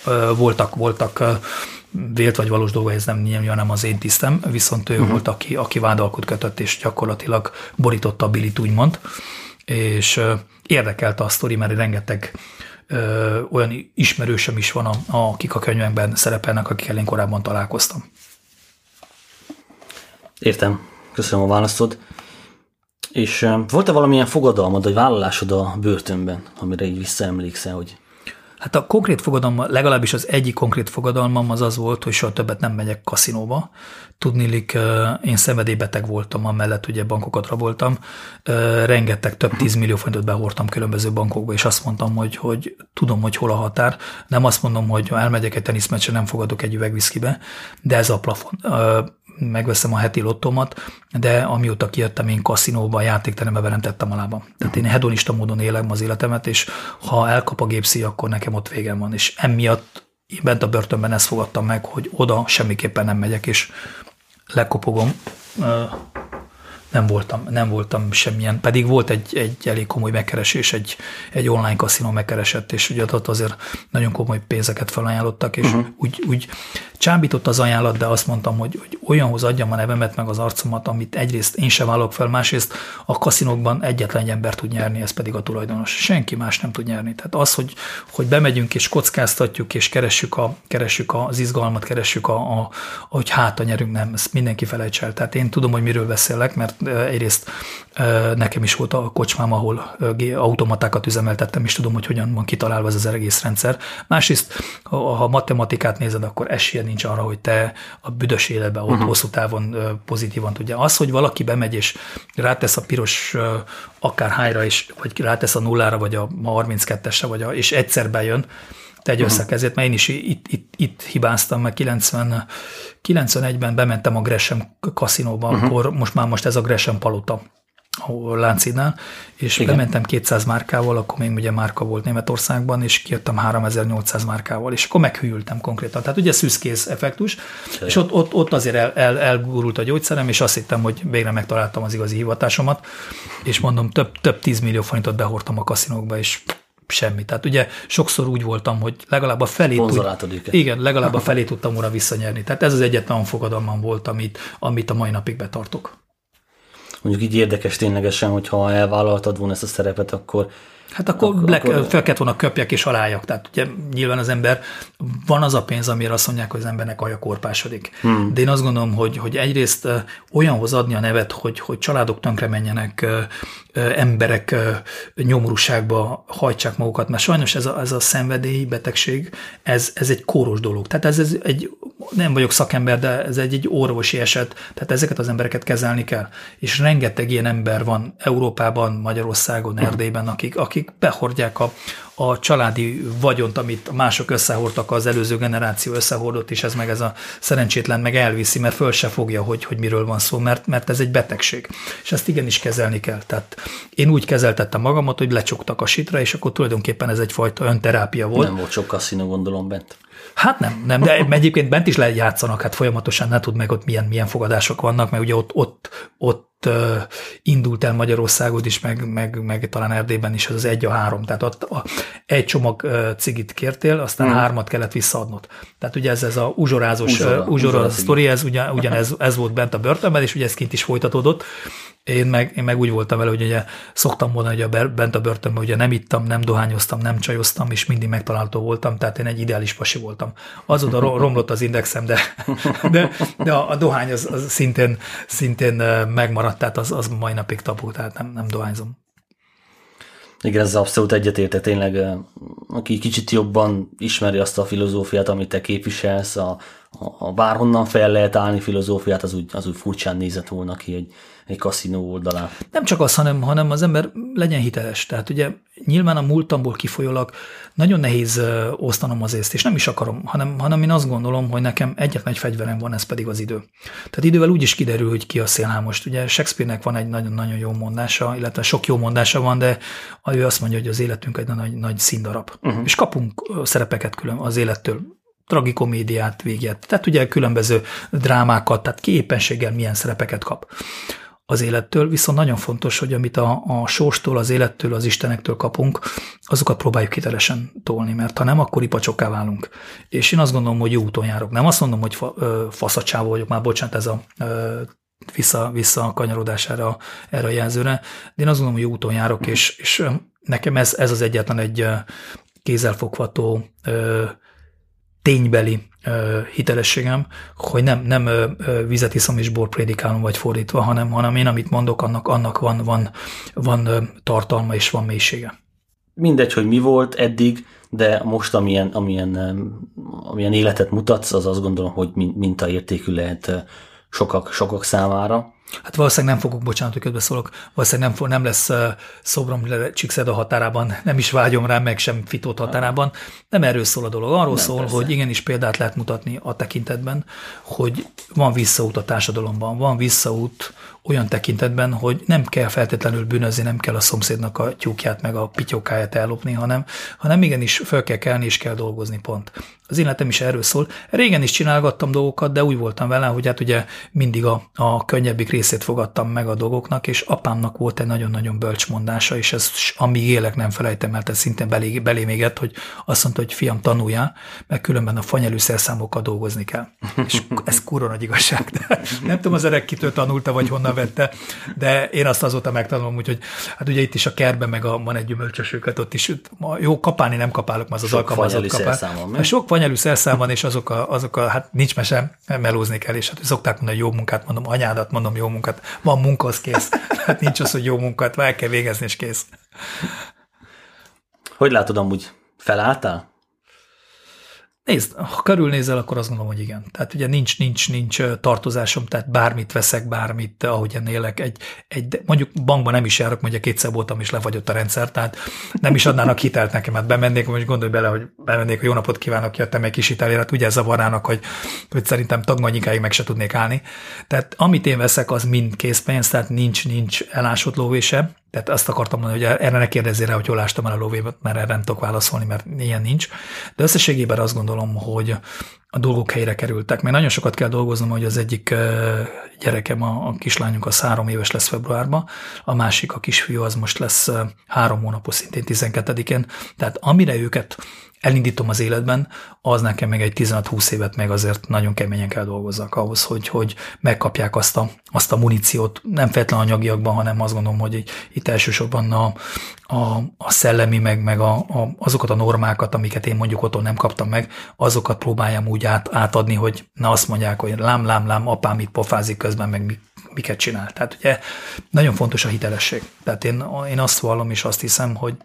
voltak vélt vagy valós dolga, ez nem az én tisztem, viszont ő volt, aki vádalkut kötött, és gyakorlatilag borította a Billit, úgymond, és érdekelte a sztori, mert rengeteg olyan ismerősöm is van, akik a könyvekben szerepelnek, akikkel én korábban találkoztam. Értem. Köszönöm a választod. És volt-e valamilyen fogadalmad, vagy vállalásod a börtönben, amire így visszaemlékszel, hogy... Hát a konkrét fogadalom, legalábbis az egyik konkrét fogadalmam az volt, hogy soha többet nem megyek kaszinóba. Tudniillik, én szenvedélybeteg voltam, amellett ugye bankokat raboltam. Rengeteg, több 10 millió forintot behordtam különböző bankokba, és azt mondtam, hogy tudom, hogy hol a határ. Nem azt mondom, hogy ha elmegyek egy teniszmeccsre, nem fogadok egy üveg viszkibe, de ez a plafon. Megveszem a heti lottomat, de amióta kijöttem, én kaszinóba, a játékterembe nem tettem a lábam. Tehát én hedonista módon élem az életemet, és ha elkap a gépszíj, akkor nekem ott végem van. És emiatt én bent a börtönben ezt fogadtam meg, hogy oda semmiképpen nem megyek, és lekopogom. Nem voltam semmilyen, pedig volt egy elég komoly megkeresés, egy online kaszinó megkeresett, és ugye ott azért nagyon komoly pénzeket felajánlottak, és úgy csábított az ajánlat, de azt mondtam, hogy olyanhoz adjam a nevemet, meg az arcomat, amit egyrészt én sem vállalok fel, másrészt a kaszinókban egyetlen egy ember tud nyerni, ez pedig a tulajdonos. Senki más nem tud nyerni. Tehát az, hogy bemegyünk és kockáztatjuk, és keressük az izgalmat, keressük hogy hátra nyerünk, nem, ezt mindenki felejts el. Tehát én tudom, hogy miről beszélek, mert egyrészt nekem is volt a kocsmám, ahol automatákat üzemeltettem, és tudom, hogy hogyan van kitalálva ez az egész rendszer. Másrészt, ha matematikát nézed, akkor esélye nincs arra, hogy te a büdös életben ott hosszú távon pozitívan tudja. Az, hogy valaki bemegy, és rátesz a piros akár hájra, vagy rátesz a nullára, vagy a 32-esre, és egyszer bejön, tegy össze kezét, mert én is itt hibáztam, mert 91-ben bementem a Gresham kaszinóba, akkor most ez a Gresham palota a Lánchídnál, és bementem 200 márkával, akkor még ugye márka volt Németországban, és kijöttem 3800 márkával, és akkor meghűltem konkrétan. Tehát ugye szűzkész effektus, és ott azért elgurult a gyógyszerem, és azt hittem, hogy végre megtaláltam az igazi hivatásomat, és mondom, több 10 millió forintot behordtam a kaszinókba, és semmi. Tehát ugye sokszor úgy voltam, hogy legalább a felét tudtam volna visszanyerni. Tehát ez az egyetlen fogadalmam volt, amit a mai napig betartok. Mondjuk így érdekes ténylegesen, hogyha elvállaltad volna ezt a szerepet, akkor... Hát akkor fel kellett volna köpjek és alájak. Tehát ugye nyilván az ember, van az a pénz, amire azt mondják, hogy az embernek alja korpásodik. De én azt gondolom, hogy egyrészt olyanhoz adni a nevet, hogy családok tönkre menjenek, emberek nyomorúságba hajtsák magukat, mert sajnos ez a szenvedély, betegség, ez egy kóros dolog. Tehát ez egy nem vagyok szakember, de ez egy orvosi eset, tehát ezeket az embereket kezelni kell. És rengeteg ilyen ember van Európában, Magyarországon, Erdélyben, akik behordják a családi vagyont, amit mások összehordtak, az előző generáció összehordott, és ez meg ez a szerencsétlen meg elviszi, mert föl se fogja, hogy miről van szó, mert ez egy betegség. És ezt igenis kezelni kell. Tehát én úgy kezeltettem magamat, hogy lecsuktak a sitra, és akkor tulajdonképpen ez egyfajta önterápia volt. Nem volt sok kaszinó, gondolom bent. Hát nem, de egyébként bent is játszanak, hát folyamatosan ne tud meg ott milyen fogadások vannak, mert ugye ott indult el Magyarországon is, meg talán Erdélyben is az 1-3, tehát ott egy csomag cigit kértél, aztán 3-at kellett visszaadnod. Tehát ugye ez a uzsora sztori, ez ugyanez volt bent a börtönben, és ugye ez kint is folytatódott. Én meg úgy voltam vele, hogy ugye szoktam mondani, hogy bent a börtönben ugye nem ittam, nem dohányoztam, nem csajoztam, és mindig megtalálható voltam, tehát én egy ideális pasi voltam. Azóta romlott az indexem, de a dohány az szintén megmaradt, tehát az mai napig tabu, tehát nem dohányzom. Igen, ez abszolút egyetértek, tényleg, aki kicsit jobban ismeri azt a filozófiát, amit te képviselsz, a bárhonnan fel lehet állni filozófiát, az úgy furcsán nézett volna ki egy kaszinó oldalán. Nem csak az, hanem az ember legyen hiteles. Tehát ugye nyilván a múltamból kifolyólag nagyon nehéz osztanom az észt, és nem is akarom, hanem én azt gondolom, hogy nekem egyetlen egy fegyverem van, ez pedig az idő. Tehát idővel úgy is kiderül, hogy ki a szélhámost. Ugye Shakespeare-nek van egy nagyon-nagyon jó mondása, illetve sok jó mondása van, de ő azt mondja, hogy az életünk egy nagy színdarab. És kapunk szerepeket külön az élettől. Tragikomédiát, véget. Tehát ugye különböző drámákat, tehát ki éppenséggel milyen szerepeket kap az élettől, viszont nagyon fontos, hogy amit a sorstól, az élettől, az istenektől kapunk, azokat próbáljuk hitelesen tolni, mert ha nem, akkor ipacsokká válunk. És én azt gondolom, hogy jó úton járok. Nem azt mondom, hogy faszacsávó vagyok, már bocsánat, ez a vissza a kanyarodására erre a jelzőre, de én azt gondolom, hogy jó úton járok, és nekem ez az egyetlen egy kézzelfogható ténybeli hitelességem, hogy nem vizet iszom és bort prédikálom, vagy fordítva, hanem én, amit mondok, annak van tartalma és van mélysége. Mindegy, hogy mi volt eddig, de most amilyen életet mutatsz, az azt gondolom, hogy mintaértékű lehet sokak számára. Hát valószínűleg nem fogok, bocsánat, hogy közbeszólok, valószínűleg nem lesz Szobrom-Csíkszeda határában, nem is vágyom rá, meg sem Fitót határában. Nem erről szól a dolog. Arról szól, persze, hogy igenis példát lehet mutatni a tekintetben, hogy van visszaút a társadalomban, van visszaút olyan tekintetben, hogy nem kell feltétlenül bűnözni, nem kell a szomszédnak a tyúkját meg a pityókáját ellopni, hanem igenis fel kell kelni és kell dolgozni, pont. Az életem is erről szól. Régen is csinálgattam dolgokat, de úgy voltam vele, hogy hát ugye mindig a könnyebbik részét fogadtam meg a dolgoknak, és apámnak volt egy nagyon-nagyon bölcs mondása, és ez amíg élek nem felejtem el, tehát szintén belém égett, hogy azt mondta, hogy fiam, tanuljál, mert különben a fanyelű szerszámokkal dolgozni kell. És ez kurva nagy igazság. De nem tudom, az öreg kitől tanulta, vagy honnan vette, de én azt azóta megtanulom, úgyhogy hát ugye itt is a kertben meg van egy gyümölcsösöket, ott is jó kapálni nem kapálok, mert az alkalmazott kapál. Sok fanyelű szerszám van, és azok a hát nincs mese, melózni kell, és hát szokták mondani, jó munkát, mondom, anyádat, mondom, jó munkát, van munka, az kész. Hát nincs az, hogy jó munkát, el kell végezni, és kész. Hogy látod amúgy? Felálltál? Nézd, ha körülnézel, akkor azt gondolom, hogy igen. Tehát ugye nincs tartozásom, tehát bármit veszek, bármit, ahogyan élek. Mondjuk bankban nem is járok, mondjuk 2-szer voltam, és lefagyott a rendszer, tehát nem is adnának hitelt nekem, hát bemennék, most gondolj bele, hogy bemennék, hogy jó napot kívánok, jöttem egy kis hitelére, hát ugye zavarnának, hogy szerintem tagmannyikáig meg se tudnék állni. Tehát amit én veszek, az mind készpénz, tehát nincs elásott lóvése. Tehát azt akartam mondani, hogy erre ne kérdezzél rá, hogy hol ástam el a lóvémat, mert erre nem tudok válaszolni, mert ilyen nincs. De összességében azt gondolom, hogy a dolgok helyre kerültek. Még nagyon sokat kell dolgoznom, hogy az egyik gyerekem, a kislányunk, az 3 éves lesz februárban, a másik, a kisfiú, az most lesz 3 hónapos, szintén 12-én. Tehát amire őket elindítom az életben, az nekem meg egy 16-20 évet meg azért nagyon keményen kell dolgozzak ahhoz, hogy megkapják azt a muníciót, nem feltétlenül anyagiakban, hanem azt gondolom, hogy itt elsősorban a szellemi, meg azokat a normákat, amiket én mondjuk otthon nem kaptam meg, azokat próbáljam úgy átadni, hogy na azt mondják, hogy lám, apám itt pofázik közben, meg miket csinál. Tehát ugye nagyon fontos a hitelesség. Tehát én azt vallom és azt hiszem, hogy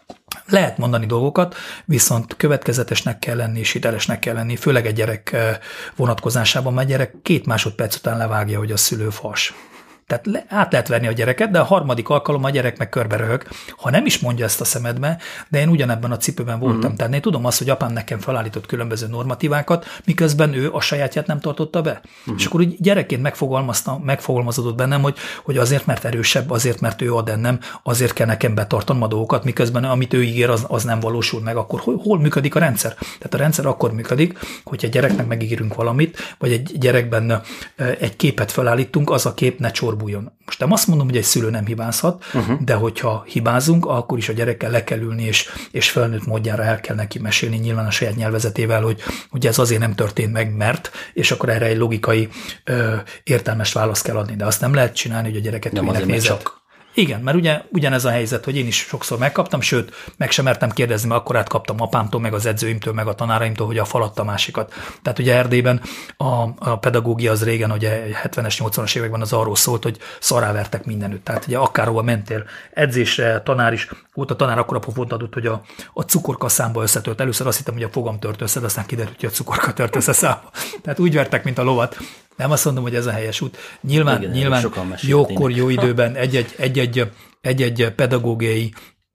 Lehet mondani dolgokat, viszont következetesnek kell lenni, és hitelesnek kell lenni, főleg egy gyerek vonatkozásában, mert gyerek 2 másodperc után levágja, hogy a szülő fas. Tehát át lehet verni a gyereket, de a harmadik alkalommal a gyerek meg körbe röhög. Ha nem is mondja ezt a szemedbe, de én ugyanebben a cipőben voltam. Tehát én tudom azt, hogy apám nekem felállított különböző normatívákat, miközben ő a sajátját nem tartotta be. És akkor úgy gyerekként megfogalmazódott bennem, hogy azért, mert erősebb, azért, mert ő ad ennem, azért kell nekem betartanom a dolgokat, miközben amit ő ígér, az nem valósul meg. Akkor hol működik a rendszer? Tehát a rendszer akkor működik, hogyha egy gyereknek megígérünk valamit, vagy egy gyerekben egy képet felállítunk, az a kép ne csorbuljon. Most nem azt mondom, hogy egy szülő nem hibázhat, de hogyha hibázunk, akkor is a gyerekkel le kell ülni, és felnőtt módjára el kell neki mesélni, nyilván a saját nyelvezetével, hogy ez azért nem történt meg, mert, és akkor erre egy logikai, értelmes választ kell adni. De azt nem lehet csinálni, hogy a gyereket hülyének nézett. Igen, mert ugyanez a helyzet, hogy én is sokszor megkaptam, sőt, meg sem mertem kérdezni, mert akkor átkaptam apámtól, meg az edzőimtől, meg a tanáraimtól, hogy a falatta másikat. Tehát ugye Erdélyben a pedagógia az régen, ugye 70-es, 80-as években az arról szólt, hogy szarávertek mindenütt. Tehát ugye akárhova mentél edzésre, tanár is, volt a tanár akkor a pofont adott, hogy a cukorka számba összetört. Először azt hittem, hogy a fogam tört össze, de aztán kiderült, hogy a cukorka tört össze számba. Tehát úgy vertek, mint a lovat. Nem azt mondom, hogy ez a helyes út. Nyilván jókor, jó időben egy-egy pedagógiai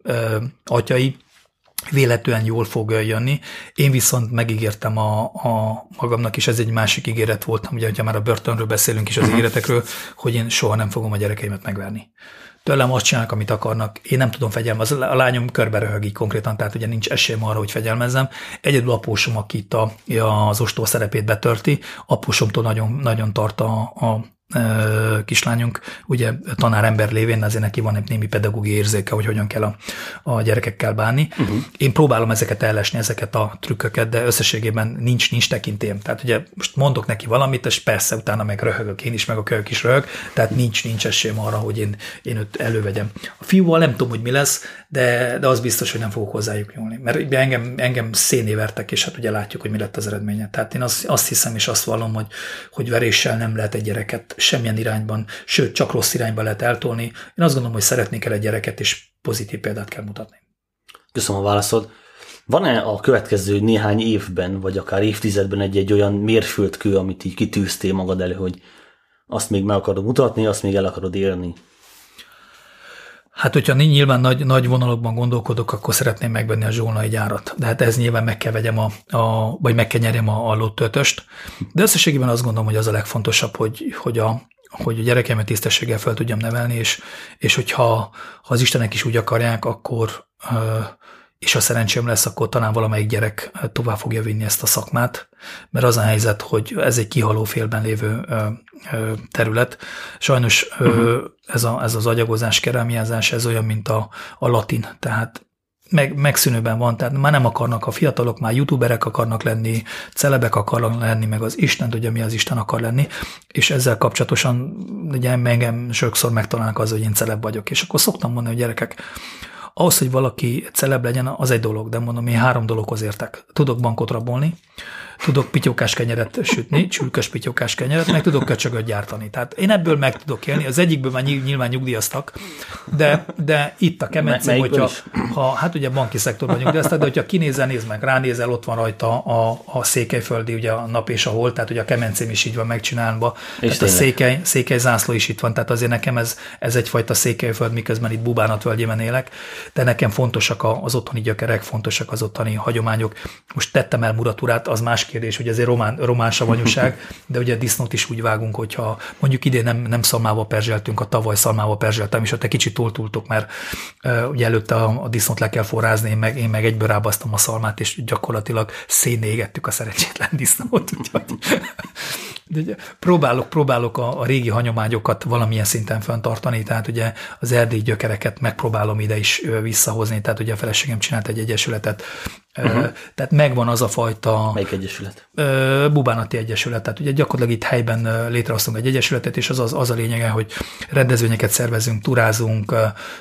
atyai véletlenül jól fog jönni. Én viszont megígértem a magamnak, és ez egy másik ígéret voltam, ugye, hogyha már a börtönről beszélünk is az ígéretekről, hogy én soha nem fogom a gyerekeimet megverni. Tőlem azt csinálnak, amit akarnak. Én nem tudom fegyelmezni. A lányom körbe röhög így konkrétan, tehát ugye nincs esélyem arra, hogy fegyelmezzem. Egyedül apósom, aki itt az ostó szerepét betörti, apósomtól nagyon, nagyon tart a kislányunk, ugye tanárember lévén, azért neki van egy némi pedagógiai érzéke, hogy hogyan kell a gyerekekkel bánni. Én próbálom ezeket ellesni, ezeket a trükköket, de összességében nincs tekintélyem. Tehát ugye most mondok neki valamit, és persze utána meg röhögök én is, meg a kölyök is röhög, tehát nincs esélyem arra, hogy én őt elővegyem. A fiúval nem tudom, hogy mi lesz, de az biztos, hogy nem fogok hozzájuk nyúlni. Mert engem széné vertek, és hát ugye látjuk, hogy mi lett az eredménye. Tehát én azt hiszem, és azt vallom, hogy veréssel nem lehet egy gyereket semmilyen irányban, sőt, csak rossz irányba lehet eltolni. Én azt gondolom, hogy szeretni kell egy gyereket, és pozitív példát kell mutatni. Köszönöm a válaszod. Van-e a következő néhány évben, vagy akár évtizedben egy olyan mérföldkő, amit így kitűztél magad elő, hogy azt még meg akarod mutatni, azt még el akarod érni? Hát, hogyha nyilván nagy vonalokban gondolkodok, akkor szeretném megvenni a zsolnai gyárat. De hát ez nyilván meg kell vegyem vagy meg kell nyerjem a lótöltöst. De összességében azt gondolom, hogy az a legfontosabb, hogy a gyerekemet tisztességgel fel tudjam nevelni, és hogyha az Istenek is úgy akarják, akkor, és a szerencsém lesz, akkor talán valamelyik gyerek tovább fogja vinni ezt a szakmát, mert az a helyzet, hogy ez egy kihaló félben lévő terület. Sajnos ez az agyagozás, kerámiázás, ez olyan, mint a latin, tehát megszűnőben van, tehát már nem akarnak a fiatalok, már youtuberek akarnak lenni, celebek akarnak lenni, meg az Isten tudja, mi az Isten akar lenni, és ezzel kapcsolatosan ugye engem sokszor megtalálnak az, hogy én celeb vagyok, és akkor szoktam mondani, hogy gyerekek, ahhoz, hogy valaki celeb legyen, az egy dolog, de mondom, én 3 dologhoz értek. Tudok bankot rabolni, tudok pityókás kenyeret sütni, csülkös pityókás kenyeret, meg tudok köcsögöt gyártani. Tehát én ebből meg tudok élni, az egyikből már nyilván nyugdíjaztak, de itt a kemencém, hogyha hát ugye banki szektorban nyugdíjaztak, de hogyha kinézel, nézd meg, ránézel, ott van rajta a székelyföldi, ugye a nap és a hold, tehát ugye a kemencém is így van megcsinálva, tehát a székely zászló is itt van, tehát azért nekem ez egyfajta székelyföld, miközben itt Bubánatvölgyében élek, de nekem fontosak az otthoni gyökerek, fontosak az otthoni hagyományok. Most tettem el Muraturát, az más kérdés, hogy azért román savanyúság, de ugye a disznót is úgy vágunk, hogyha mondjuk idén nem szalmával perzseltünk, a tavaly szalmával perzseltem, és ott egy kicsit túltultuk, mert ugye előtte a disznót le kell forrázni, én meg egyből rábasztam a szalmát, és gyakorlatilag szénné égettük a szerencsétlen disznót. De próbálok a régi hagyományokat valamilyen szinten fenntartani, tehát ugye az erdélyi gyökereket megpróbálom ide is visszahozni, tehát ugye a feleségem csinált egy egyesületet, tehát megvan az a fajta... Melyik egyesület? Bubánati Egyesület, tehát ugye gyakorlatilag itt helyben létrehoztunk egy egyesületet, és az a lényege, hogy rendezvényeket szervezünk, turázunk,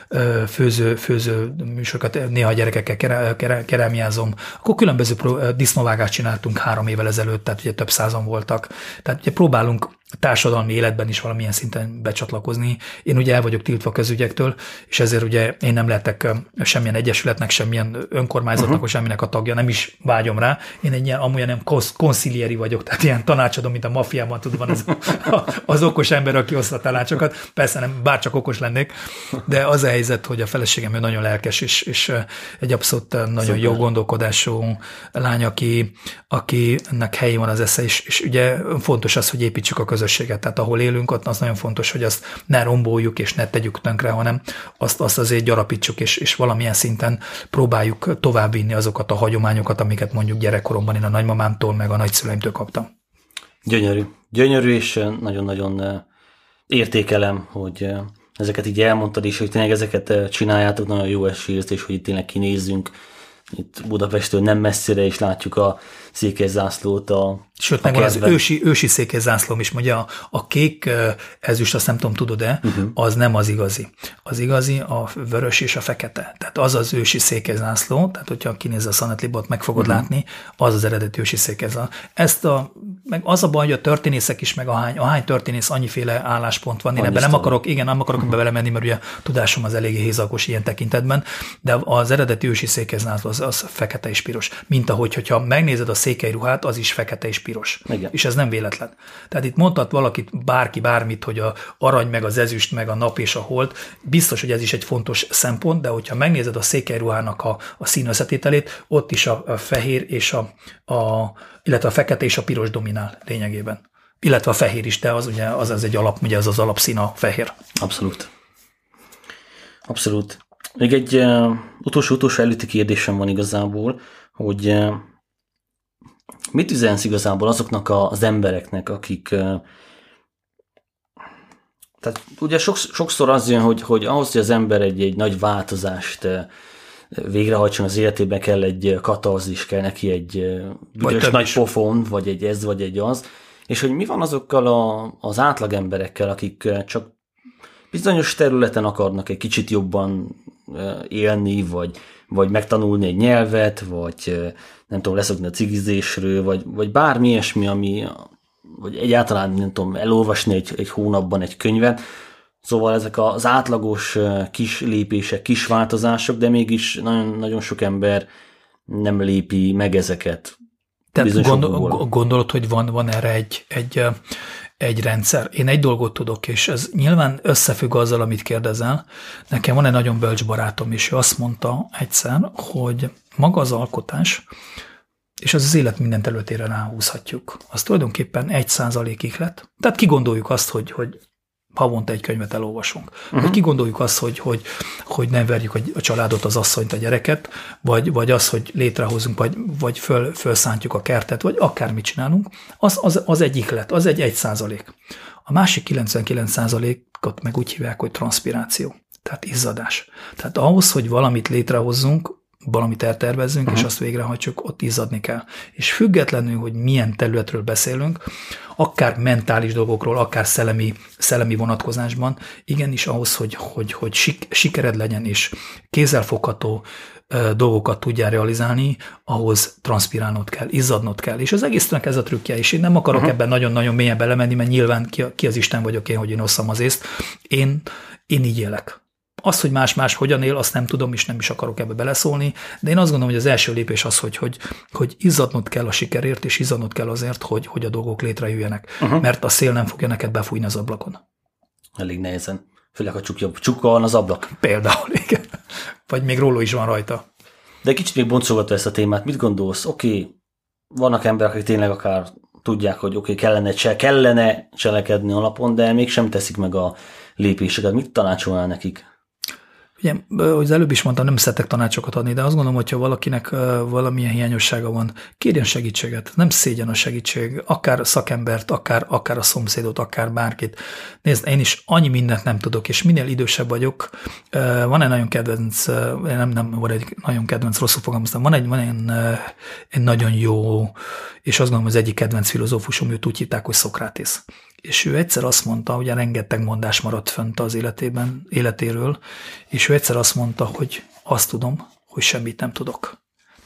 főző műsorokat, néha a gyerekekkel kerámiázom, akkor különböző disznóvágást csináltunk 3 évvel ezelőtt, tehát ugye több százan voltak, tehát ugye próbálunk társadalmi életben is valamilyen szinten becsatlakozni. Én ugye el vagyok tiltva közügyektől, és ezért ugye én nem lehetek semmilyen egyesületnek, semmilyen önkormányzatnak, vagy semminek a tagja, nem is vágyom rá. Én egy ilyen, amúgy nem konszilieri vagyok, tehát ilyen tanácsadom, mint a maffiában, tudod, van az okos ember, aki oszt a tanácsokat. Persze nem, bárcsak okos lennék, de az a helyzet, hogy a feleségem ő nagyon lelkes, és egy abszolút nagyon jó gondolkodású lány, akinek helyén van az esze, és ugye fontos az, hogy építsük a közösséget. Tehát ahol élünk, ott az nagyon fontos, hogy azt ne romboljuk és ne tegyük tönkre, hanem azt azért gyarapítsuk, és valamilyen szinten próbáljuk továbbvinni azokat a hagyományokat, amiket mondjuk gyerekkoromban én a nagymamámtól, meg a nagyszüleimtől kaptam. Gyönyörű, és nagyon-nagyon értékelem, hogy ezeket így elmondtad is, hogy tényleg ezeket csináljátok, nagyon jó esélyezés, hogy itt tényleg kinézzünk itt Budapesttől nem messzire, és látjuk a székelyzászlót. Sőt, meg van az ősi székelyzászlóm is, mondja, a kék ezüst, azt nem tudom, tudod-e, az nem az igazi. Az igazi a vörös és a fekete. Tehát az az ősi székelyzászló, tehát hogyha kinéz a Szanetlibot, meg fogod látni, az az eredeti ősi székelyzászló. Meg az a baj, hogy a történészek is, meg a hány történész, annyiféle álláspont van. Én ebben nem akarok ebbe belemenni, mert ugye tudásom az eléggé hézagos ilyen tekintetben, de az eredeti ősi székelyzászló az fekete és piros. Mint ahogy, hogyha megnézed a székely ruhát, az is fekete és piros. Igen. És ez nem véletlen. Tehát itt mondhat valakit, bárki bármit, hogy a arany, meg az ezüst, meg a nap és a hold, biztos, hogy ez is egy fontos szempont, de hogyha megnézed a székely ruhának a színösszetételét, ott is a fehér és illetve a fekete és a piros dominál lényegében. Illetve a fehér is, de az ugye az egy alap, ugye ez az alapszín a fehér. Abszolút. Még egy utolsó előtti kérdésem van igazából, hogy mit üzensz igazából azoknak az embereknek, akik... Tehát ugye sokszor az jön, hogy ahhoz, hogy az ember egy nagy változást végrehajtson az életében, kell egy katarzis, kell neki egy büdös nagy pofon, vagy egy ez, vagy egy az. És hogy mi van azokkal az átlag emberekkel, akik csak bizonyos területen akarnak egy kicsit jobban élni, vagy megtanulni egy nyelvet, vagy nem tudom, leszokni a cigizésről, vagy bármi ilyesmi, vagy egyáltalán nem tudom, elolvasni egy hónapban egy könyvet. Szóval ezek az átlagos kis lépések, kis változások, de mégis nagyon, nagyon sok ember nem lépi meg ezeket. Tehát gondolod, hogy van erre egy rendszer. Én egy dolgot tudok, és ez nyilván összefügg azzal, amit kérdezel. Nekem van egy nagyon bölcs barátom, és ő azt mondta egyszer, hogy maga az alkotás, és az élet minden területére ráhúzhatjuk, az tulajdonképpen 1% ihlet. Tehát kigondoljuk azt, hogy havonta egy könyvet elolvasunk. Vagy kigondoljuk azt, hogy nem verjük a családot, az asszonyt, a gyereket, vagy az, hogy létrehozunk, vagy felszántjuk a kertet, vagy akármit csinálunk, az egy ihlet, az egy 1%. A másik 99%-ot meg úgy hívják, hogy transzpiráció, tehát izzadás. Tehát ahhoz, hogy valamit létrehozzunk, valamit eltervezzünk, és azt végrehajtsuk, ott izzadni kell. És függetlenül, hogy milyen területről beszélünk, akár mentális dolgokról, akár szellemi vonatkozásban, igenis ahhoz, hogy sikered legyen, és kézzelfogható dolgokat tudjál realizálni, ahhoz transzpirálnod kell, izzadnod kell. És az egésznek ez a trükkje, és én nem akarok ebben nagyon-nagyon mélyen belemenni, mert nyilván ki az Isten vagyok én, hogy én osszam az észt. Én így élek. Az, hogy más hogyan él, azt nem tudom, és nem is akarok ebbe beleszólni, de én azt gondolom, hogy az első lépés az, hogy izzadnod kell a sikerért, és izzadnod kell azért, hogy a dolgok létrejöjjenek. Mert a szél nem fogja neked befújni az ablakon. Elég nehezen. Főleg, ha csukva van az ablak. Például, igen. Vagy még róló is van rajta. De kicsit még boncolgatva ezt a témát, mit gondolsz? Oké, vannak emberek, akik tényleg akár tudják, hogy kellene cselekedni alapon, de mégsem teszik meg a lépéseket. Mit tanácsolnál nekik? Ugye, ahogy az előbb is mondtam, nem szeretek tanácsokat adni, de azt gondolom, hogyha valakinek valamilyen hiányossága van, kérjen segítséget. Nem szégyen a segítség, akár szakembert, akár a szomszédot, akár bárkit. Nézd, én is annyi mindent nem tudok, és minél idősebb vagyok, van egy nagyon kedvenc, nem van egy nagyon kedvenc, rosszul fogalmaztam, van egy nagyon jó, és azt gondolom, az egyik kedvenc filozófusom, őt úgy hívták, hogy Szokrátész. És ő egyszer azt mondta, ugye rengeteg mondás maradt fönt az életéről, és ő egyszer azt mondta, hogy azt tudom, hogy semmit nem tudok.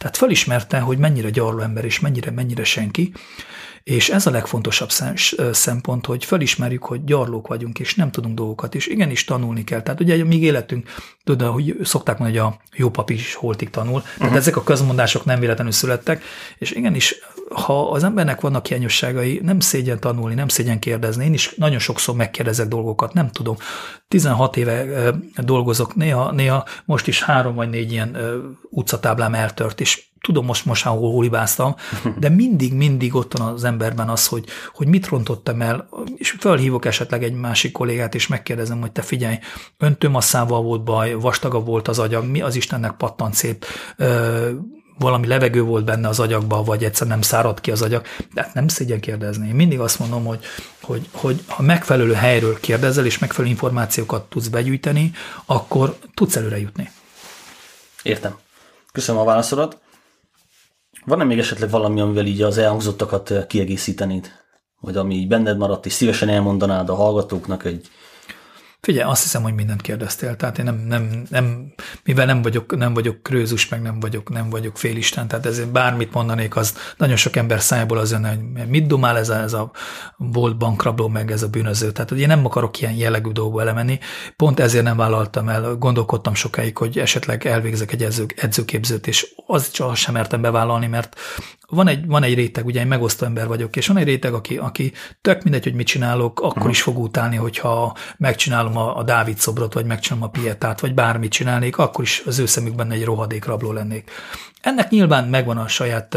Tehát felismerte, hogy mennyire gyarló ember és mennyire senki, és ez a legfontosabb szempont, hogy felismerjük, hogy gyarlók vagyunk, és nem tudunk dolgokat, és igenis tanulni kell. Tehát ugye még életünk, tudod, hogy szokták mondani, hogy a jó pap is holtig tanul, tehát ezek a közmondások nem véletlenül születtek, és igenis, ha az embernek vannak hiányosságai, nem szégyen tanulni, nem szégyen kérdezni. Én is nagyon sokszor megkérdezek dolgokat, nem tudom. 16 éve dolgozok, néha most is 3 vagy 4 ilyen utcatáblám eltört, és tudom, most hol hibáztam, de mindig ott van az emberben az, hogy mit rontottam el, és felhívok esetleg egy másik kollégát, és megkérdezem, hogy te figyelj, öntőmasszával volt baj, vastagabb volt az agyag, mi az Istennek pattant szét, valami levegő volt benne az agyagban, vagy egyszer nem szárad ki az agyag, de hát nem szégyen kérdezni. Én mindig azt mondom, hogy ha megfelelő helyről kérdezel, és megfelelő információkat tudsz begyűjteni, akkor tudsz előre jutni. Értem. Köszönöm a válaszodat. Van-e még esetleg valami, amivel így az elhangzottakat kiegészítenéd? Vagy ami így benned maradt, és szívesen elmondanád a hallgatóknak egy... Figyelj, azt hiszem, hogy mindent kérdeztél, tehát én mivel nem vagyok krőzus, meg nem vagyok félisten, tehát ezért bármit mondanék, az nagyon sok ember szájából az jönne, hogy mit dumál ez a volt bankrabló, meg ez a bűnöző. Tehát én nem akarok ilyen jellegű dolgba elemenni, pont ezért nem vállaltam el, gondolkodtam sokáig, hogy esetleg elvégzek egy edzőképzőt, és azt sem mertem bevállalni, mert van egy réteg, ugye én megosztó ember vagyok, és van egy réteg, aki tök mindegy, hogy mit csinálok, akkor is fog utálni, hogyha megcsinálom a Dávid szobrot, vagy megcsinálom a Pietát, vagy bármit csinálnék, akkor is az ő szemükben egy rohadék rabló lennék. Ennek nyilván megvan a saját...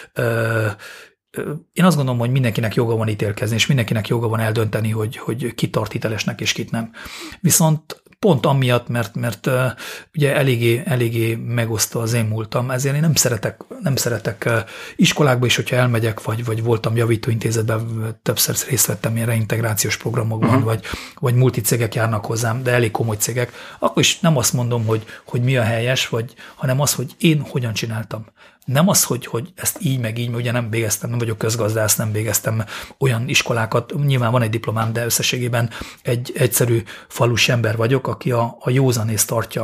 Én azt gondolom, hogy mindenkinek joga van ítélkezni, és mindenkinek joga van eldönteni, hogy ki tart hitelesnek, és kit nem. Viszont pont amiatt, mert ugye eléggé megosztó az én múltam, ezért én nem szeretek iskolákba is, hogyha elmegyek, vagy voltam javítóintézetben, többször részt vettem ilyen reintegrációs programokban, vagy multicégek járnak hozzám, de elég komoly cégek, akkor is nem azt mondom, hogy mi a helyes, hanem az, hogy én hogyan csináltam. Nem az, hogy ezt így, meg ugye nem vagyok közgazdász, nem végeztem olyan iskolákat, nyilván van egy diplomám, de összességében egy egyszerű falus ember vagyok, aki a józanészt tartja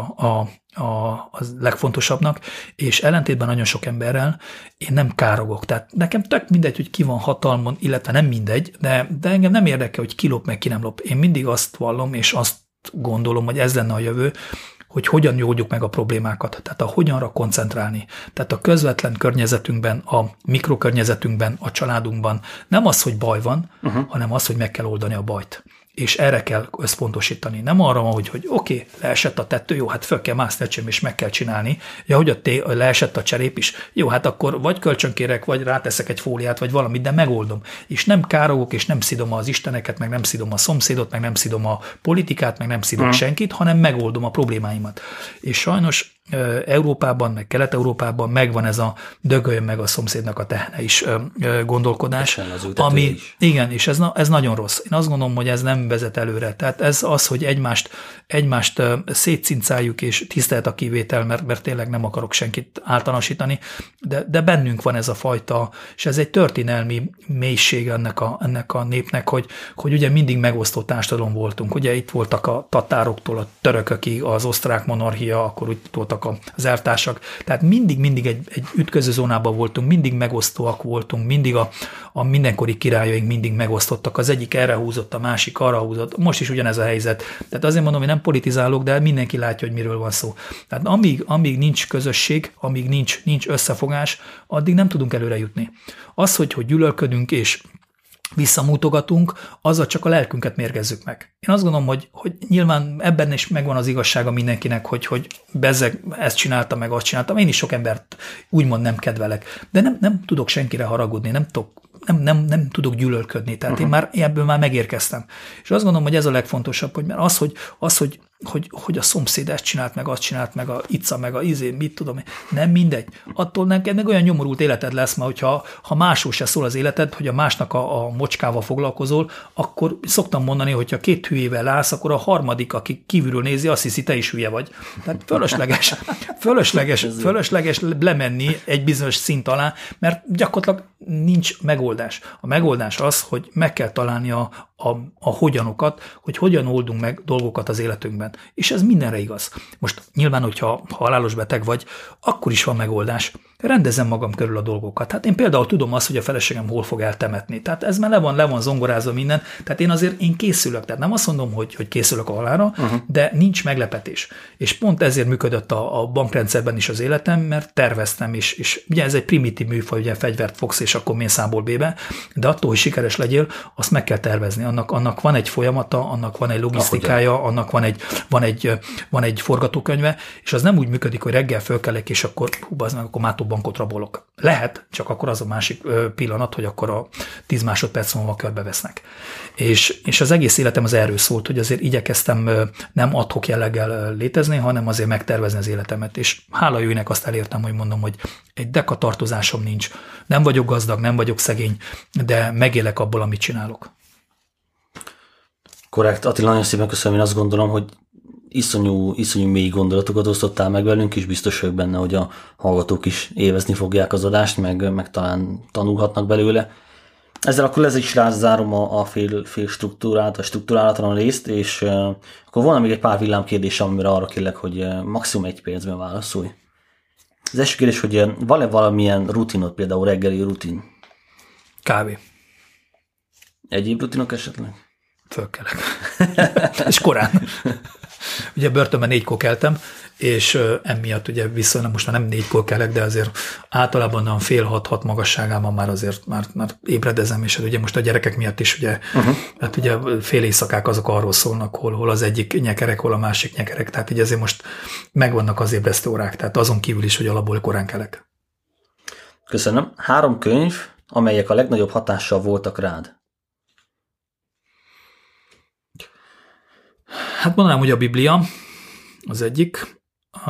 a legfontosabbnak, és ellentétben nagyon sok emberrel én nem károgok. Tehát nekem tök mindegy, hogy ki van hatalmon, illetve nem mindegy, de engem nem érdekel, hogy ki lop, meg ki nem lop. Én mindig azt vallom, és azt gondolom, hogy ez lenne a jövő, hogy hogyan oldjuk meg a problémákat, tehát a hogyanra koncentrálni. Tehát a közvetlen környezetünkben, a mikrokörnyezetünkben, a családunkban nem az, hogy baj van, hanem az, hogy meg kell oldani a bajt. És erre kell összpontosítani. Nem arra van, hogy oké, leesett a tető, jó, hát föl kell mászni, és meg kell csinálni. Ja, hogy leesett a cserép is, jó, hát akkor vagy kölcsönkérek, vagy ráteszek egy fóliát, vagy valamit, de megoldom. És nem károgok, és nem szidom az isteneket, meg nem szidom a szomszédot, meg nem szidom a politikát, meg nem szidom senkit, hanem megoldom a problémáimat. És sajnos Európában, meg Kelet-Európában megvan ez a dögöljön meg a szomszédnak a tehene is gondolkodás, ami igen, és ez nagyon rossz. Én azt gondolom, hogy ez nem vezet előre. Tehát ez az, hogy egymást szétszincáljuk, és tisztelt a kivétel, mert tényleg nem akarok senkit általánosítani, de bennünk van ez a fajta, és ez egy történelmi mélység ennek a népnek, hogy ugye mindig megosztó társadalom voltunk. Ugye itt voltak a tatároktól a törökökig, az osztrák monarchia, akkor úgy voltak az elvtársak. Tehát mindig egy ütköző zónában voltunk, mindig megosztóak voltunk, mindig a mindenkori királyaink mindig megosztottak. Az egyik erre húzott, a másik arra húzott. Most is ugyanez a helyzet. Tehát azért mondom, hogy nem politizálok, de mindenki látja, hogy miről van szó. Tehát amíg nincs közösség, amíg nincs összefogás, addig nem tudunk előre jutni. Az, hogy gyűlölködünk és visszamutogatunk, azzal csak a lelkünket mérgezzük meg. Én azt gondolom, hogy nyilván ebben is megvan az igazsága mindenkinek, hogy bezzeg ezt csináltam, meg azt csináltam. Én is sok embert úgymond nem kedvelek, de nem tudok senkire haragudni, nem tudok gyűlölködni, tehát én ebből már megérkeztem. És azt gondolom, hogy ez a legfontosabb, hogy mert hogy a szomszéd ezt csinált, meg azt csinált, meg a ica, meg a mit tudom, nem mindegy. Attól neked olyan nyomorult életed lesz, mert hogyha másról se szól az életed, hogy a másnak a mocskával foglalkozol, akkor szoktam mondani, hogy ha 2 hülyével állsz, akkor a harmadik, aki kívülről nézi, azt hiszi, te is hülye vagy. Tehát fölösleges lemenni egy bizonyos szint alá, mert gyakorlatilag nincs megoldás. A megoldás az, hogy meg kell találni a hogyanokat, hogy hogyan oldunk meg dolgokat az életünkben. És ez mindenre igaz. Most nyilván, hogyha halálos beteg vagy, akkor is van megoldás. Rendezem magam körül a dolgokat. Hát én például tudom azt, hogy a feleségem hol fog eltemetni. Tehát ez már le van zongorázva minden. Tehát én készülök. Tehát nem azt mondom, hogy készülök a halálra, de nincs meglepetés. És pont ezért működött a bankrendszerben is az életem, mert terveztem is. És ugye ez egy primitív műfaj, ugye fegyvert fogsz, és akkor mész A-ból B-be, de attól, hogy sikeres legyél, azt meg kell tervezni. Annak van egy folyamata, annak van egy logisztikája, annak van egy forgatókönyve, és az nem úgy működik, hogy reggel fölkelek, és akkor akkor bankot rabolok. Lehet, csak akkor az a másik pillanat, hogy akkor a 10 másodperc múlva körbevesznek. És az egész életem az erről szólt, hogy azért igyekeztem nem ad-hoc jelleggel létezni, hanem azért megtervezni az életemet. És hála jöjjnek azt elértem, hogy mondom, hogy egy deka tartozásom nincs. Nem vagyok gazdag, nem vagyok szegény, de megélek abból, amit csinálok. Korrekt. Attila, nagyon szépen köszönöm. Én azt gondolom, hogy iszonyú mély gondolatokat osztottál meg velünk, és biztos vagyok benne, hogy a hallgatók is élvezni fogják az adást, meg talán tanulhatnak belőle. Ezzel akkor is rázárom a fél struktúrát, a struktúrálatlan részt, és akkor volna még egy pár villámkérdés, amire arra kérlek, hogy maximum 1 percben válaszolj. Az első kérdés, hogy van-e valamilyen rutinod, például reggeli rutin? Kávé. Egyéb rutinok esetleg? Fölkelek. És korán. Ugye börtönben 4-kor keltem, és emiatt ugye viszonylag most már nem 4-kor kelek, de azért általában a fél 6 magasságában már azért már ébredezem, és ugye most a gyerekek miatt is ugye, hát ugye fél éjszakák azok arról szólnak, hol az egyik nyekerek, hol a másik nyekerek, tehát így azért most megvannak az ébresztő órák, tehát azon kívül is, hogy alapból korán kelek. Köszönöm. 3 könyv, amelyek a legnagyobb hatással voltak rád. Hát mondanám, hogy a Biblia az egyik. A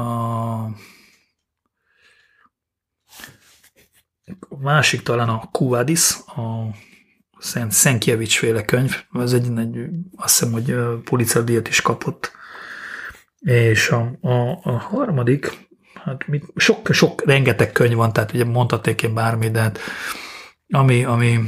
másik talán a Quo Vadis, a Sienkiewicz féle könyv. Ez azt hiszem, hogy Pulitzer-díjat is kapott. És a harmadik, hát sok rengeteg könyv van, tehát ugye mondhatnék én bármi, de hát ami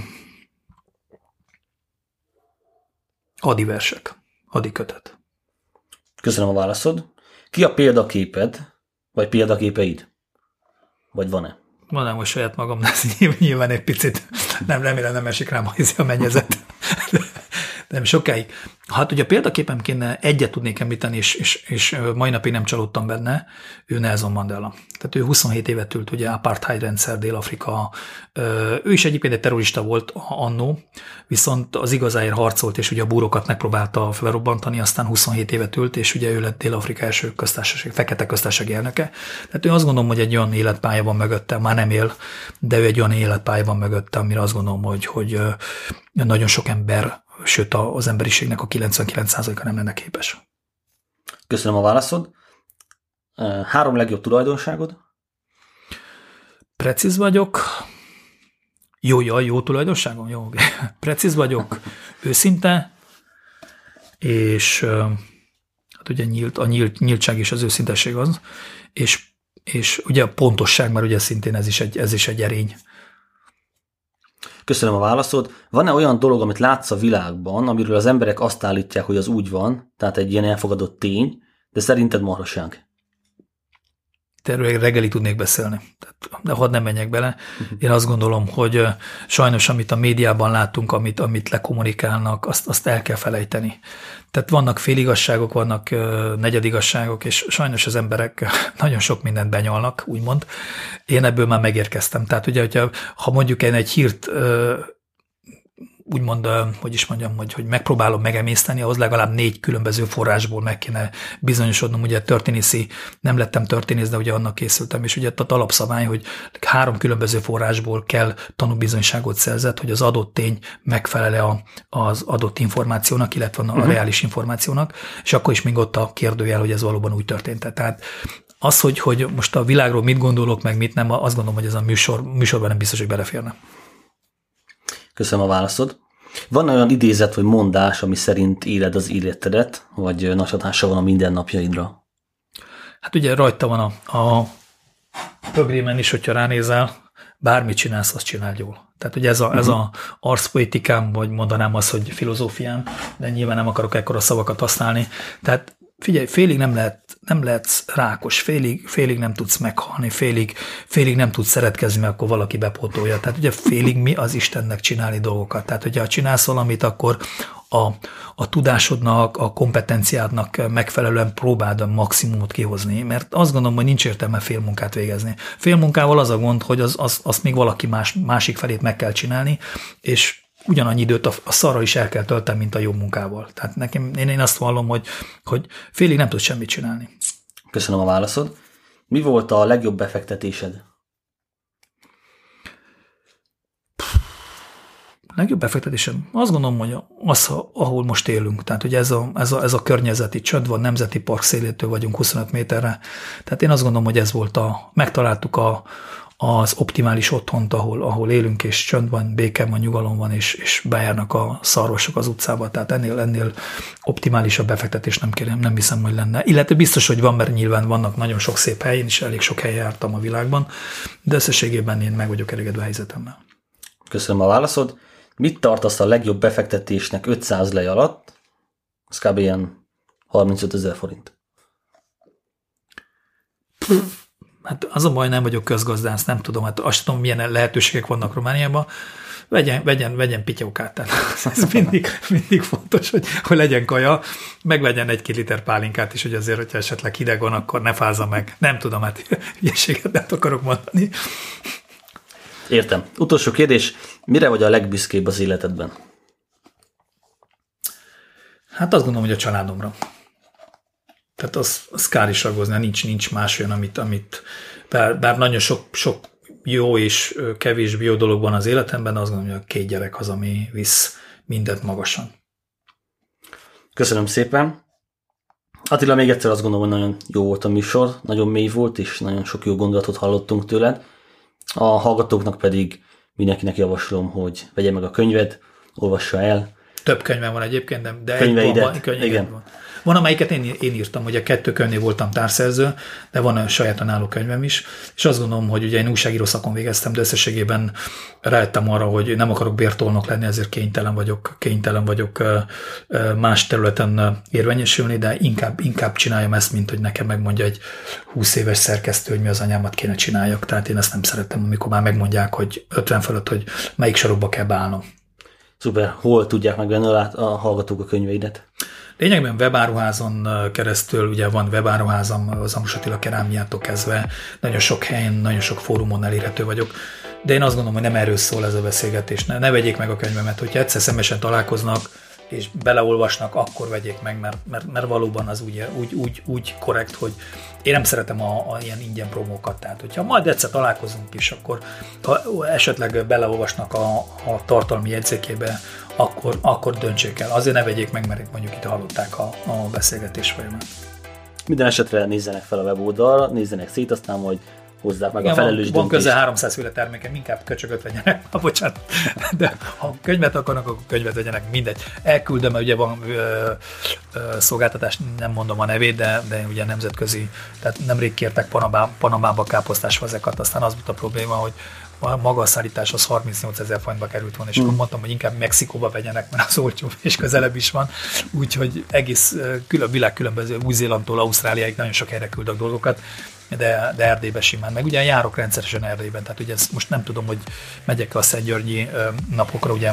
hadikötet. Köszönöm a válaszod. Ki a példaképed, vagy példaképeid? Vagy van-e? Mondanám, hogy saját magam, de ez nyilván egy picit, remélem nem esik rám a mennyezet. Nem sokáig. Hát ugye a példaképpen kéne egyet tudnék említeni, és mai napig nem csalódtam benne, ő Nelson Mandela. Tehát ő 27 évet ült, ugye apartheid rendszer, Dél-Afrika. Ő is egyébként egy terrorista volt annó, viszont az igazáért harcolt, és ugye a búrokat megpróbálta felrobbantani, aztán 27 évet ült, és ugye ő lett Dél-Afrika első fekete köztársasági elnöke. Tehát ő azt gondolom, hogy egy olyan életpálya van mögötte, már nem él, de ő egy olyan életpálya van mögötte, amire azt gondolom, hogy nagyon sok ember, sőt az emberiségnek a 99%-a nem lenne képes. Köszönöm a válaszod. 3 legjobb tulajdonságod? Precíz vagyok. Jó tulajdonságom? Jó. Precíz vagyok, őszinte, és hát ugye a nyíltság és az őszintesség az, és ugye a pontosság, mert ugye szintén ez is egy erény. Köszönöm a válaszod. Van-e olyan dolog, amit látsz a világban, amiről az emberek azt állítják, hogy az úgy van, tehát egy ilyen elfogadott tény, de szerinted marhaság? Erről reggeli tudnék beszélni, de hadd nem menjek bele. Én azt gondolom, hogy sajnos, amit a médiában látunk, amit lekommunikálnak, azt el kell felejteni. Tehát vannak féligasságok, vannak negyedigasságok, és sajnos az emberek nagyon sok mindent benyalnak, úgymond. Én ebből már megérkeztem. Tehát ugye, ha mondjuk én egy hírt úgymond, hogy megpróbálom megemészteni, ahhoz legalább 4 különböző forrásból meg kéne bizonyosodnom. Ugye nem lettem történész, de ugye annak készültem, és ugye a alapszabály, hogy 3 különböző forrásból kell tanúbizonyságot szerzett, hogy az adott tény megfelele az adott információnak, illetve a reális információnak, és akkor is még ott a kérdőjel, hogy ez valóban úgy történt. Tehát az, hogy most a világról mit gondolok, meg mit nem, azt gondolom, hogy ez a műsorban nem biztos, hogy beleférne. Köszönöm a válaszod. Van olyan idézet vagy mondás, ami szerint éled az életedet, vagy nagy hatása van a mindennapjaidra? Hát ugye rajta van a pögrémen is, hogyha ránézel, bármit csinálsz, azt csináld jól. Tehát, hogy ez a arszpoetikám, vagy mondanám azt, hogy filozófiám, de nyilván nem akarok ekkora szavakat használni. Tehát figyelj, félig nem lehetsz rákos, félig nem tudsz meghalni, félig nem tudsz szeretkezni, mert akkor valaki bepótolja. Tehát ugye félig mi az Istennek csinálni dolgokat. Tehát, hogyha csinálsz valamit, akkor a tudásodnak, a kompetenciádnak megfelelően próbáld a maximumot kihozni, mert azt gondolom, hogy nincs értelme félmunkát végezni. Félmunkával az a gond, hogy azt még valaki másik felét meg kell csinálni, és ugyanannyi időt a szarral is el kell tölteni, mint a jó munkával. Tehát én azt vallom, hogy félig nem tudsz semmit csinálni. Köszönöm a válaszod. Mi volt a legjobb befektetésed? Legjobb befektetésem? Azt gondolom, hogy az, ahol most élünk. Tehát, hogy ez a környezeti csönd van, nemzeti park szélétől vagyunk 25 méterre. Tehát én azt gondolom, hogy ez volt megtaláltuk az optimális otthont, ahol élünk, és csönd van, béke van, nyugalom van, és bejárnak a szarvasok az utcába. Tehát ennél optimálisabb befektetés nem hiszem, hogy lenne. Illetve biztos, hogy van, mert nyilván vannak nagyon sok szép helyen, és elég sok helyen jártam a világban, de összességében én meg vagyok elégedve a helyzetemmel. Köszönöm a válaszod. Mit tartasz a legjobb befektetésnek 500 lej alatt? Ez kb. Ilyen 35 000 forint. Hát az a baj, nem vagyok közgazdász, nem tudom, hát azt tudom, milyen lehetőségek vannak Romániában. Vegyen pityókát. Tehát ez mindig fontos, hogy legyen kaja, meg legyen 1-2 liter pálinkát is, hogy azért, hogyha esetleg hideg van, akkor ne fázza meg. Nem tudom, hát hülyeséget nem akarok mondani. Értem. Utolsó kérdés, mire vagy a legbüszkébb az életedben? Hát azt gondolom, hogy a családomra. Tehát az kár is ragozni, nincs más olyan, amit bár nagyon sok jó és kevésbé jó dolog van az életemben, azt gondolom, hogy a 2 gyerek az, ami visz mindent magasan. Köszönöm szépen. Attila, még egyszer azt gondolom, hogy nagyon jó volt a műsor, nagyon mély volt, és nagyon sok jó gondolatot hallottunk tőled. A hallgatóknak pedig mindenkinek javaslom, hogy vegye meg a könyved, olvassa el. Több könyvem van egyébként, de igen. Van, amelyiket én írtam, ugye 2 könyvnél voltam társszerző, de van a saját önálló könyvem is, és azt gondolom, hogy ugye én újságíró szakon végeztem, de összességében rájöttem arra, hogy nem akarok bértolnok lenni, ezért kénytelen vagyok más területen érvényesülni, de inkább csináljam ezt, mint hogy nekem megmondja egy 20 éves szerkesztő, hogy mi az anyámat kéne csináljak. Tehát én ezt nem szeretem, amikor már megmondják, hogy 50 fölött, hogy melyik sarokba kell beállnom. Szuper. Hol tudják megvenni a hallgatók a könyveidet? Lényegben webáruházon keresztül, ugye van webáruházam, az Ambrus Attila Kerámiától kezdve, nagyon sok helyen, nagyon sok fórumon elérhető vagyok, de én azt gondolom, hogy nem erről szól ez a beszélgetés. Ne vegyék meg a könyvemet, hogyha egyszer személyesen találkoznak, és beleolvasnak, akkor vegyék meg, mert valóban az úgy korrekt, hogy én nem szeretem a ilyen ingyen promókat. Tehát, hogyha majd egyszer találkozunk is, akkor ha esetleg beleolvasnak a tartalmi jegyzékébe, akkor döntsék el. Azért ne vegyék meg, mert mondjuk itt hallották a beszélgetés folyamán. Minden esetre nézzenek fel a weboldalra, nézzenek szét, aztán majd hozzák meg a felelős döntést. Van közel 300 féle terméken, inkább köcsögöt vegyenek, bocsánat, de ha könyvet akarnak, akkor könyvet vegyenek, mindegy. Elküldöm, mert ugye van szolgáltatás, nem mondom a nevét, de ugye nemzetközi, tehát nemrég kértek Panamába káposztás vazekat, aztán az volt a probléma, hogy maga a szállítás az 38 000 forintba került volna, és akkor mondtam, hogy inkább Mexikóba vegyenek, mert az olcsóbb és közelebb is van. Úgyhogy egész világ különböző, Új-Zélandtól Ausztráliáig nagyon sok helyre küldök dolgokat, de Erdélybe simán. Meg ugye járok rendszeresen Erdélyben, tehát ugye most nem tudom, hogy megyek a Szentgyörgyi napokra, ugye,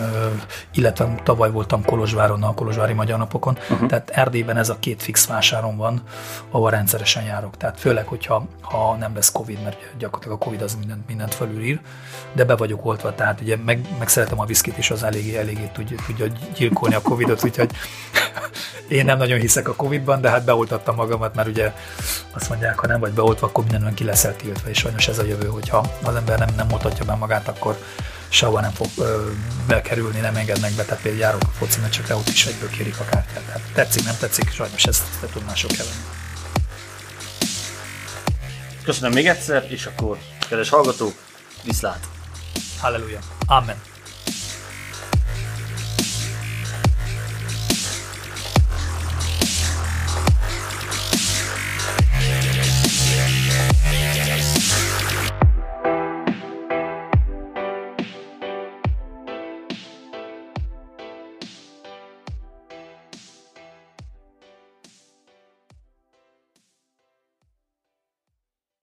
illetve tavaly voltam Kolozsváron, a Kolozsvári Magyar Napokon, tehát Erdélyben ez a 2 fix vásáron van, ahol rendszeresen járok. Tehát főleg, hogyha nem lesz Covid, mert gyakorlatilag a Covid az mindent fölülír, de be vagyok oltva, tehát ugye meg szeretem a viszkit is, az eléggé tudja gyilkolni a Covidot, úgyhogy én nem nagyon hiszek a Covidban, de hát beoltattam magamat, mert ugye azt mondják, ha nem vagy beoltva, akkor mindenben ki leszel tiltva, és sajnos ez a jövő, hogyha az ember nem oltatja be magát, akkor sehova nem fog bekerülni, nem engednek be, tehát például járok a foci meccsekre, ott is egyből kérik a kártyát. Tehát tetszik, nem tetszik, sajnos ezt tud mások ellen. Köszönöm még egyszer, és akkor, kedves hallgatók, viszlát! Halleluja! Amen!